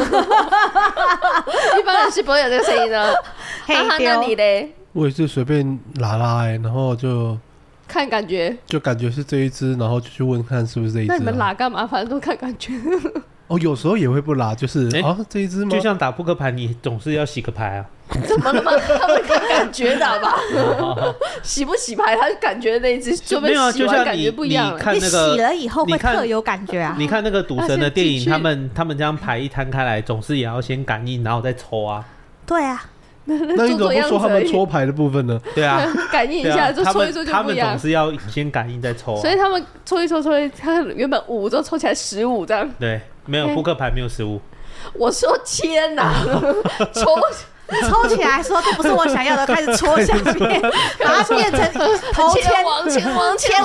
一般人是不会有这个声音的。 嘿丢， 那你嘞？ 我也是随便拉然后就看感觉， 就感觉是这一支，然后就去问看是不是这一支、 那你们拉干嘛？反正都看感觉。 哦，有时候也会不拉，就是这一支吗？ 就像打扑克牌，你总是要洗个牌啊。 怎么了吗？他们看感觉的吧？洗不洗牌，他就感觉那一只就被洗完感觉不一样了。 你看那个洗了以后会特有感觉啊！ 你看那个赌神的电影，他们这样牌一摊开来，总是也要先感应，然后再抽啊。 对啊， 那你怎么不说他们搓牌的部分呢？ 对啊， 感应一下就抽一抽就不一样。 他们总是要先感应再抽、 所以他们抽一抽，他原本5之后抽起来15这样。 对，没有扑克牌没有15。 我说签呐， 抽起来说这不是我想要的，开始戳下面，把它变成头签王， 头签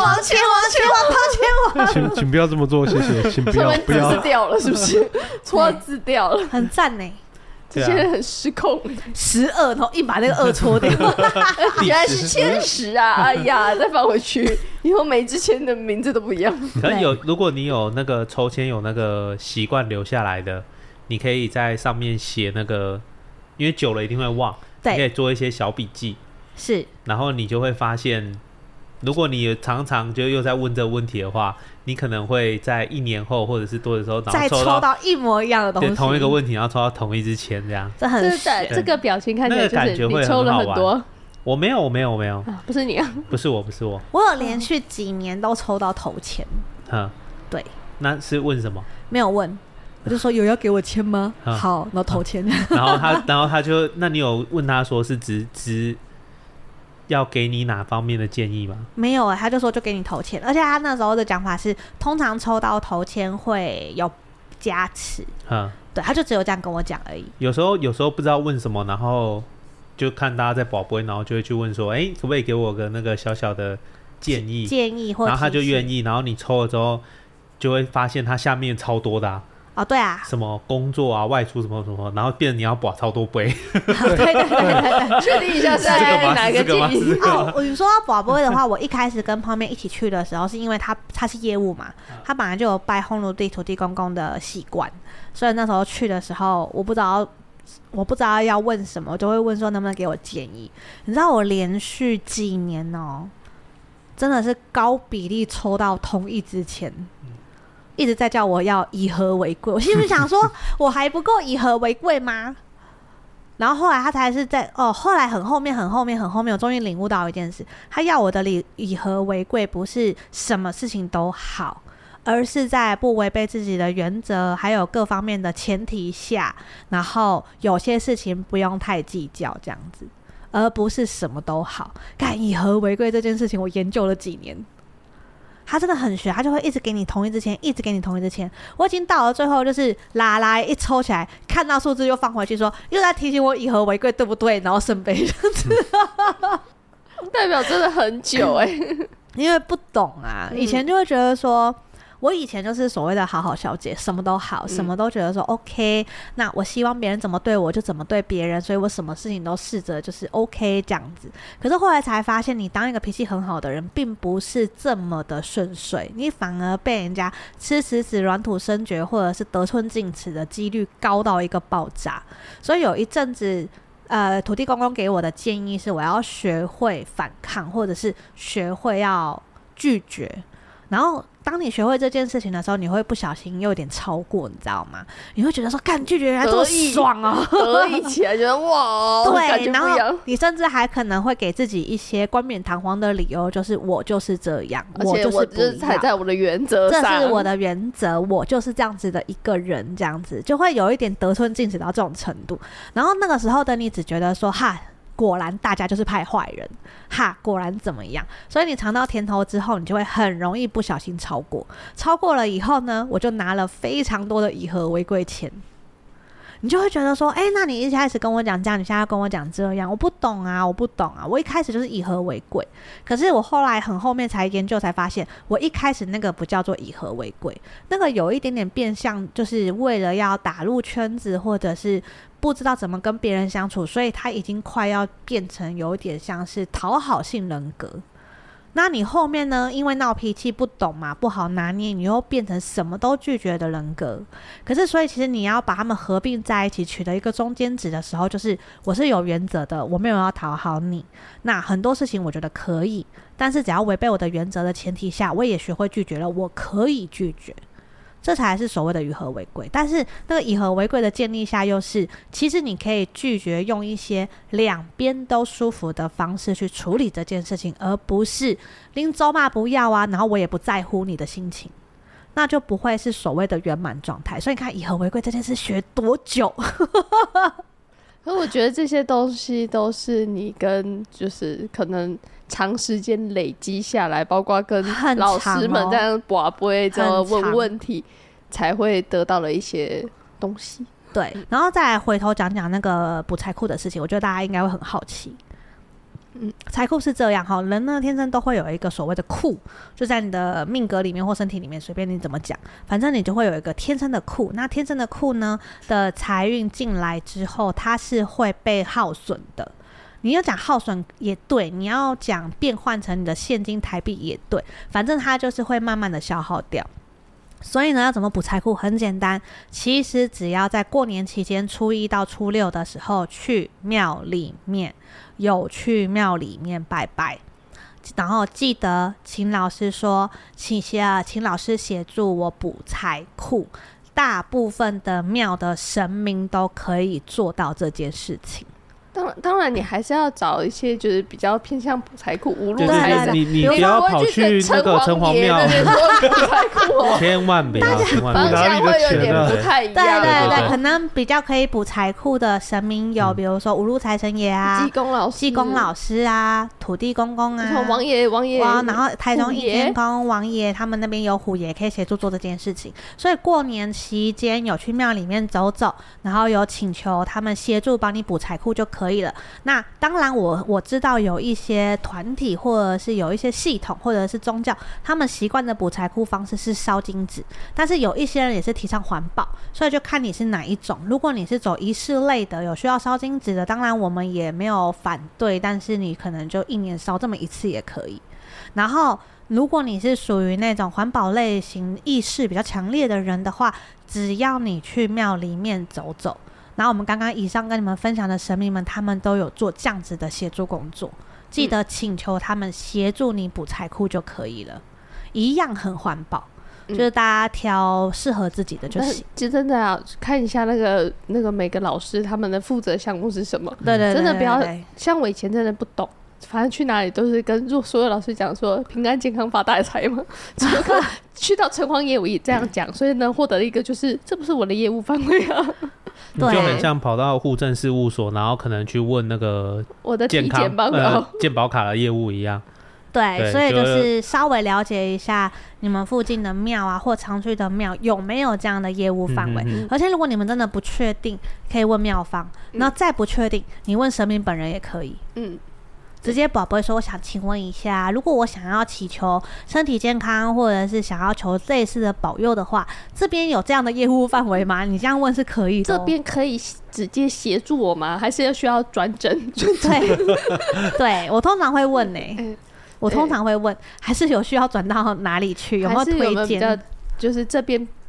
王， 请不要这么做，谢谢，请不要不要字掉了是不是？戳字掉了， 很赞呢。 这些人很失控 ，12，然后硬把那个2戳掉， 原来是签10啊！哎呀，再放回去，以后每支签的名字都不一样。 可能如果你有那个抽签有那个习惯留下来的，你可以在上面写那个，因为久了一定会忘，你可以做一些小笔记， 是， 然后你就会发现，如果你常常就又在问这个问题的话，你可能会在1年后或者是多的时候， 再抽到一模一样的东西， 同一个问题，然后抽到同一支签，这样， 这很玄。这个表情看起来就是你抽了很多。 我没有， 不是你啊， 不是我， 我有连续几年都抽到头签。对， 那是问什么？ 没有问。我就说有要给我签吗？好，然后投签。 然后他就，那你有问他说是只要给你哪方面的建议吗？ 没有他就说就给你投签，而且他那时候的讲法是，通常抽到头签会有加持。对，他就只有这样跟我讲而已。 有时候不知道问什么，然后就看大家在宝贝，然后就会去问说，可不可以给我个那个小小的建议或者，然后他就愿意，然后你抽了之后就会发现他下面超多的啊。 对啊， 什么工作啊、外出什么什么，然后变成你要拔超多杯。 对， 确定一下是哪个建议？ 你说到拔杯的话，我一开始跟泡面一起去的时候，是因为他是业务嘛，他本来就有拜烘炉地土地公公的习惯，所以那时候去的时候，我不知道要问什么，我就会问说能不能给我建议。你知道我连续几年真的是高比例抽到同一支签。一直在叫我要以和为贵，我心里想说，我还不够以和为贵吗？然后后来他才是在后来很后面，我终于领悟到一件事，他要我的以和为贵，不是什么事情都好，而是在不违背自己的原则，还有各方面的前提下，然后有些事情不用太计较，这样子，而不是什么都好。干以和为贵这件事情，我研究了几年。他真的很学，他就会一直给你同一支签，一直给你同一支签。我已经到了最后，就是拉一抽起来，看到数字又放回去说，又在提醒我以和为贵，对不对？然后圣杯这样子， 代表真的很久因为不懂啊，以前就会觉得说。我以前就是所谓的好好小姐，什么都好，什么都觉得说 OK， 那我希望别人怎么对我就怎么对别人，所以我什么事情都试着就是 OK 这样子。可是后来才发现，你当一个脾气很好的人，并不是这么的顺遂，你反而被人家吃死死、软土生绝，或者是得寸进尺的几率高到一个爆炸。所以有一阵子。土地公公给我的建议是，我要学会反抗，或者是学会要拒绝。 然后当你学会这件事情的时候，你会不小心又有点超过，你知道吗？你会觉得说，干拒绝原来这么爽哦， 得意起来，觉得哇，感对， 觉然后不一样。 你甚至还可能会给自己一些冠冕堂皇的理由，就是我就是这样， 而且我就是踩在我的原则上， 这是我的原则，我就是这样子的一个人，这样子就会有一点得寸进尺到这种程度。然后那个时候的你只觉得说，哈，果然大家就是派坏人，哈，果然怎么样？所以你尝到甜头之后，你就会很容易不小心超过。超过了以后呢，我就拿了非常多的以和为贵钱。你就会觉得说，那你一开始跟我讲这样，你现在要跟我讲这样，我不懂啊，我不懂啊。我一开始就是以和为贵，可是我后来很后面才研究才发现，我一开始那个不叫做以和为贵，那个有一点点变相，就是为了要打入圈子，或者是不知道怎么跟别人相处，所以他已经快要变成有点像是讨好性人格。那你后面呢？因为闹脾气不懂嘛，不好拿捏，你又变成什么都拒绝的人格。可是，所以其实你要把他们合并在一起，取得一个中间值的时候，就是我是有原则的，我没有要讨好你。那很多事情我觉得可以，但是只要违背我的原则的前提下，我也学会拒绝了，我可以拒绝。这才是所谓的以和为贵。但是那个以和为贵的建立下，又是其实你可以拒绝用一些两边都舒服的方式去处理这件事情，而不是拎走嘛不要啊，然后我也不在乎你的心情，那就不会是所谓的圆满状态。所以你看以和为贵这件事学多久可我觉得这些东西都是你跟就是可能长时间累积下来，包括跟老师们这样拔杯之后问问题，才会得到了一些东西。 对，然后再来回头讲讲那个补财库的事情，我觉得大家应该会很好奇。财库是这样哈，人呢天生都会有一个所谓的库，就在你的命格里面或身体里面，随便你怎么讲，反正你就会有一个天生的库。那天生的库呢的财运进来之后，它是会被耗损的。你要讲耗损也对，你要讲变换成你的现金台币也对，反正它就是会慢慢的消耗掉。所以呢，要怎么补财库？很简单，其实只要在过年期间初1到初6的时候去庙里面，有去庙里面拜拜，然后记得请老师说，请老师协助我补财库。大部分的庙的神明都可以做到这件事情。 当然，你还是要找一些就是比较偏向补财库、无路财神。 你不要跑去那个城隍庙补财库， 千万不要，千万不要， 方向会有点不太一样。 对，可能比较可以补财库的神明有，比如说五路财神爷啊、济公老师啊、土地公公啊、 王爷， 然后台中一天公王爷，他们那边有虎爷可以协助做这件事情。所以过年期间有去庙里面走走，然后有请求他们协助帮你补财库就可以了。那当然我知道有一些团体或者是有一些系统或者是宗教，他们习惯的补财库方式是烧金纸，但是有一些人也是提倡环保，所以就看你是哪一种。如果你是走仪式类的，有需要烧金纸的，当然我们也没有反对，但是你可能就1年烧这么一次也可以。然后如果你是属于那种环保类型意识比较强烈的人的话，只要你去庙里面走走，然后我们刚刚以上跟你们分享的神明们，他们都有做这样子的协助工作，记得请求他们协助你补财库就可以了，一样很环保，就是大家挑适合自己的就行。 其实真的要看一下那个每个老师他们的负责项目是什么。 对， 真的不要像我以前真的不懂，反正去哪里都是跟所有老师讲说平安健康发大财嘛。去到城隍爷我也这样讲，所以呢获得了一个就是这不是我的业务范围啊。 你就很像跑到户政事务所，然后可能去问那个我的体检报告、 健保卡的业务一样。 对，所以就是稍微了解一下你们附近的庙啊，或常去的庙有没有这样的业务范围。而且如果你们真的不确定，可以问庙方，然后再不确定，你问神明本人也可以。直接宝贝说，我想请问一下，如果我想要祈求身体健康，或者是想要求类似的保佑的话，这边有这样的业务范围吗？你这样问是可以的。 这边可以直接协助我吗？还是需要转诊？ 对，我通常会问我通常会问，还是有需要转到哪里去？有没有推荐？ 就是这边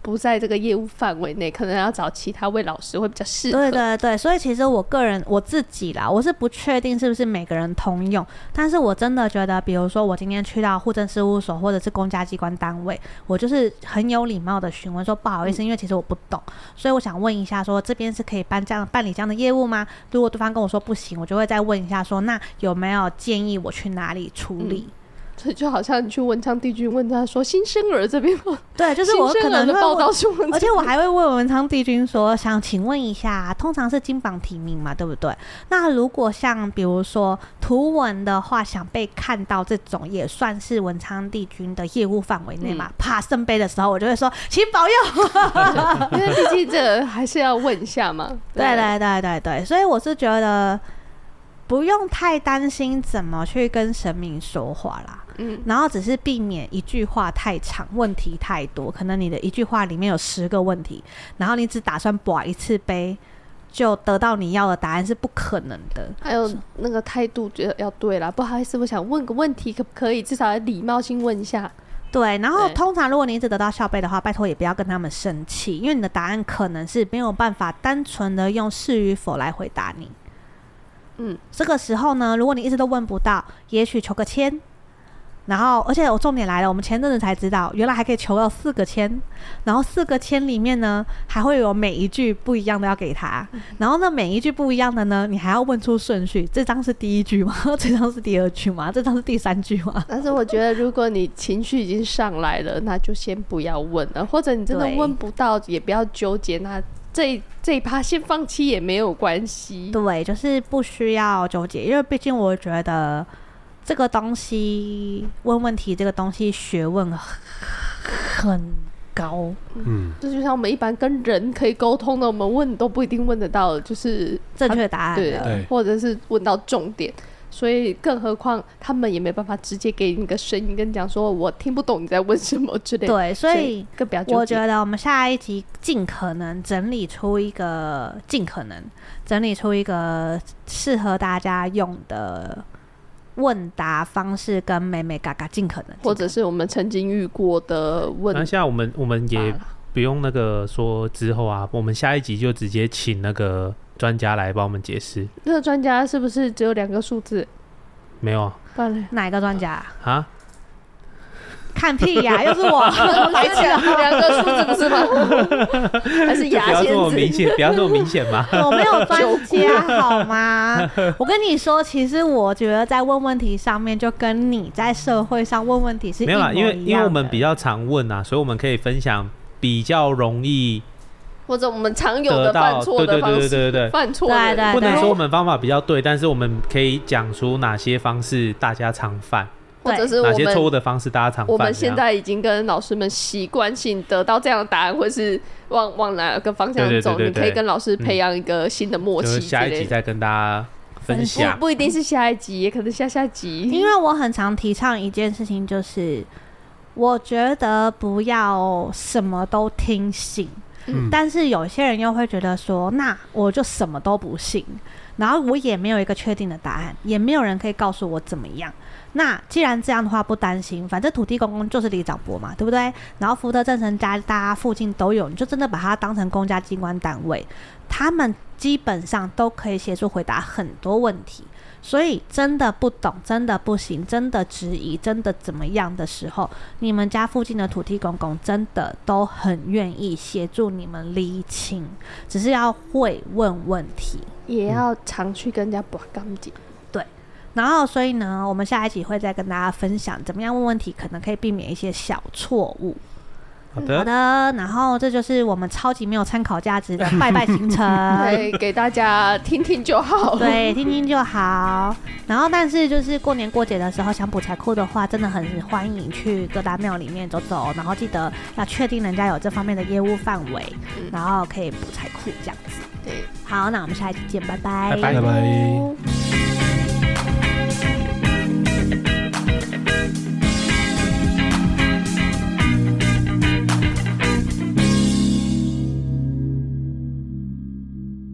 不在这个业务范围内，可能要找其他位老师会比较适合。 对对对，所以其实我个人我自己啦，我是不确定是不是每个人通用，但是我真的觉得，比如说我今天去到户政事务所或者是公家机关单位，我就是很有礼貌的询问说不好意思，因为其实我不懂，所以我想问一下说这边是可以办理这样的业务吗？如果对方跟我说不行，我就会再问一下说那有没有建议我去哪里处理？ 所以就好像你去文昌帝君问他说新生儿这边， 对，就是我可能的报道是而且我还会问文昌帝君说，想请问一下，通常是金榜题名嘛，对不对？那如果像比如说图文的话，想被看到这种，也算是文昌帝君的业务范围内嘛？怕圣杯的时候，我就会说，请保佑， 因为毕竟这还是要问一下嘛。 对对对对对，所以我是觉得不用太担心怎么去跟神明说话啦。然后只是避免一句话太长，问题太多，可能你的一句话里面有10个问题，然后你只打算拔一次杯就得到你要的答案，是不可能的。 还有那个态度觉得要对啦，不好意思，我想问个问题，可不可以至少礼貌性问一下？ 对，然后通常如果你一直得到笑杯的话，拜托也不要跟他们生气，因为你的答案可能是没有办法单纯的用是与否来回答你。这个时候呢，如果你一直都问不到，也许求个签。然后，而且我重点来了，我们前阵子才知道，原来还可以求到4个签，然后4个签里面呢，还会有每一句不一样的要给他，然后呢，每一句不一样的呢，你还要问出顺序，这张是第1句吗？这张是第2句吗？这张是第3句吗？ 但是我觉得，如果你情绪已经上来了，那就先不要问了，或者你真的问不到，也不要纠结，那这一趴先放弃也没有关系。 对，就是不需要纠结，因为毕竟我觉得。这个东西问问题，这个东西学问很高， 这就像我们一般跟人可以沟通的，我们问都不一定问得到，就是正确答案， 对，或者是问到重点，所以更何况他们也没办法直接给你个声音跟你讲说我听不懂你在问什么之类的。 对，所以更不要纠结。 我觉得我们下一集尽可能整理出一个适合大家用的问答方式跟美美嘎嘎，尽可能， 或者是我们曾经遇过的问。 那现在我们也不用那个说之后啊，我们下一集就直接请那个专家来帮我们解释。 那个专家是不是只有2个数字？ 没有啊。 哪一个专家啊？ 看屁呀！又是我来起来2个数字不是吗？还是牙仙子？ 不要这么明显嘛！ 我没有专家好吗？我跟你说，其实我觉得在问问题上面，就跟你在社会上问问题是一模一样的。 没有啦，因为我们比较常问啊，所以我们可以分享比较容易或者我们常有的犯错的方式。 对， 犯错对， 不能说我们方法比较对，但是我们可以讲出哪些方式大家常犯。 或者是哪些错误的方式大家常犯？ 我们现在已经跟老师们习惯性得到这样的答案，或是往哪个方向走，你可以跟老师培养一个新的默契。 下一集再跟大家分享， 不一定是下一集，也可能下集。 因为我很常提倡一件事情，就是我觉得不要什么都听信，但是有些人又会觉得说，那我就什么都不信，然后我也没有一个确定的答案，也没有人可以告诉我怎么样。那既然这样的话，不担心，反正土地公公就是里长伯嘛，对不对？然后福德正神家大家附近都有，你就真的把它当成公家机关单位，他们基本上都可以协助回答很多问题。所以真的不懂，真的不行，真的质疑，真的怎么样的时候，你们家附近的土地公公真的都很愿意协助你们厘清，只是要会问问题， 也要常去跟人家拔干净。 然后，所以呢，我们下一集会再跟大家分享怎么样问问题，可能可以避免一些小错误。 好的， 然后这就是我们超级没有参考价值的拜拜行程， 对，给大家听听就好， 对，听听就好。然后，但是就是过年过节的时候想补财库的话，真的很欢迎去各大庙里面走走，然后记得要确定人家有这方面的业务范围，然后可以补财库这样子。 对， 好，那我们下一集见，拜拜， 拜拜。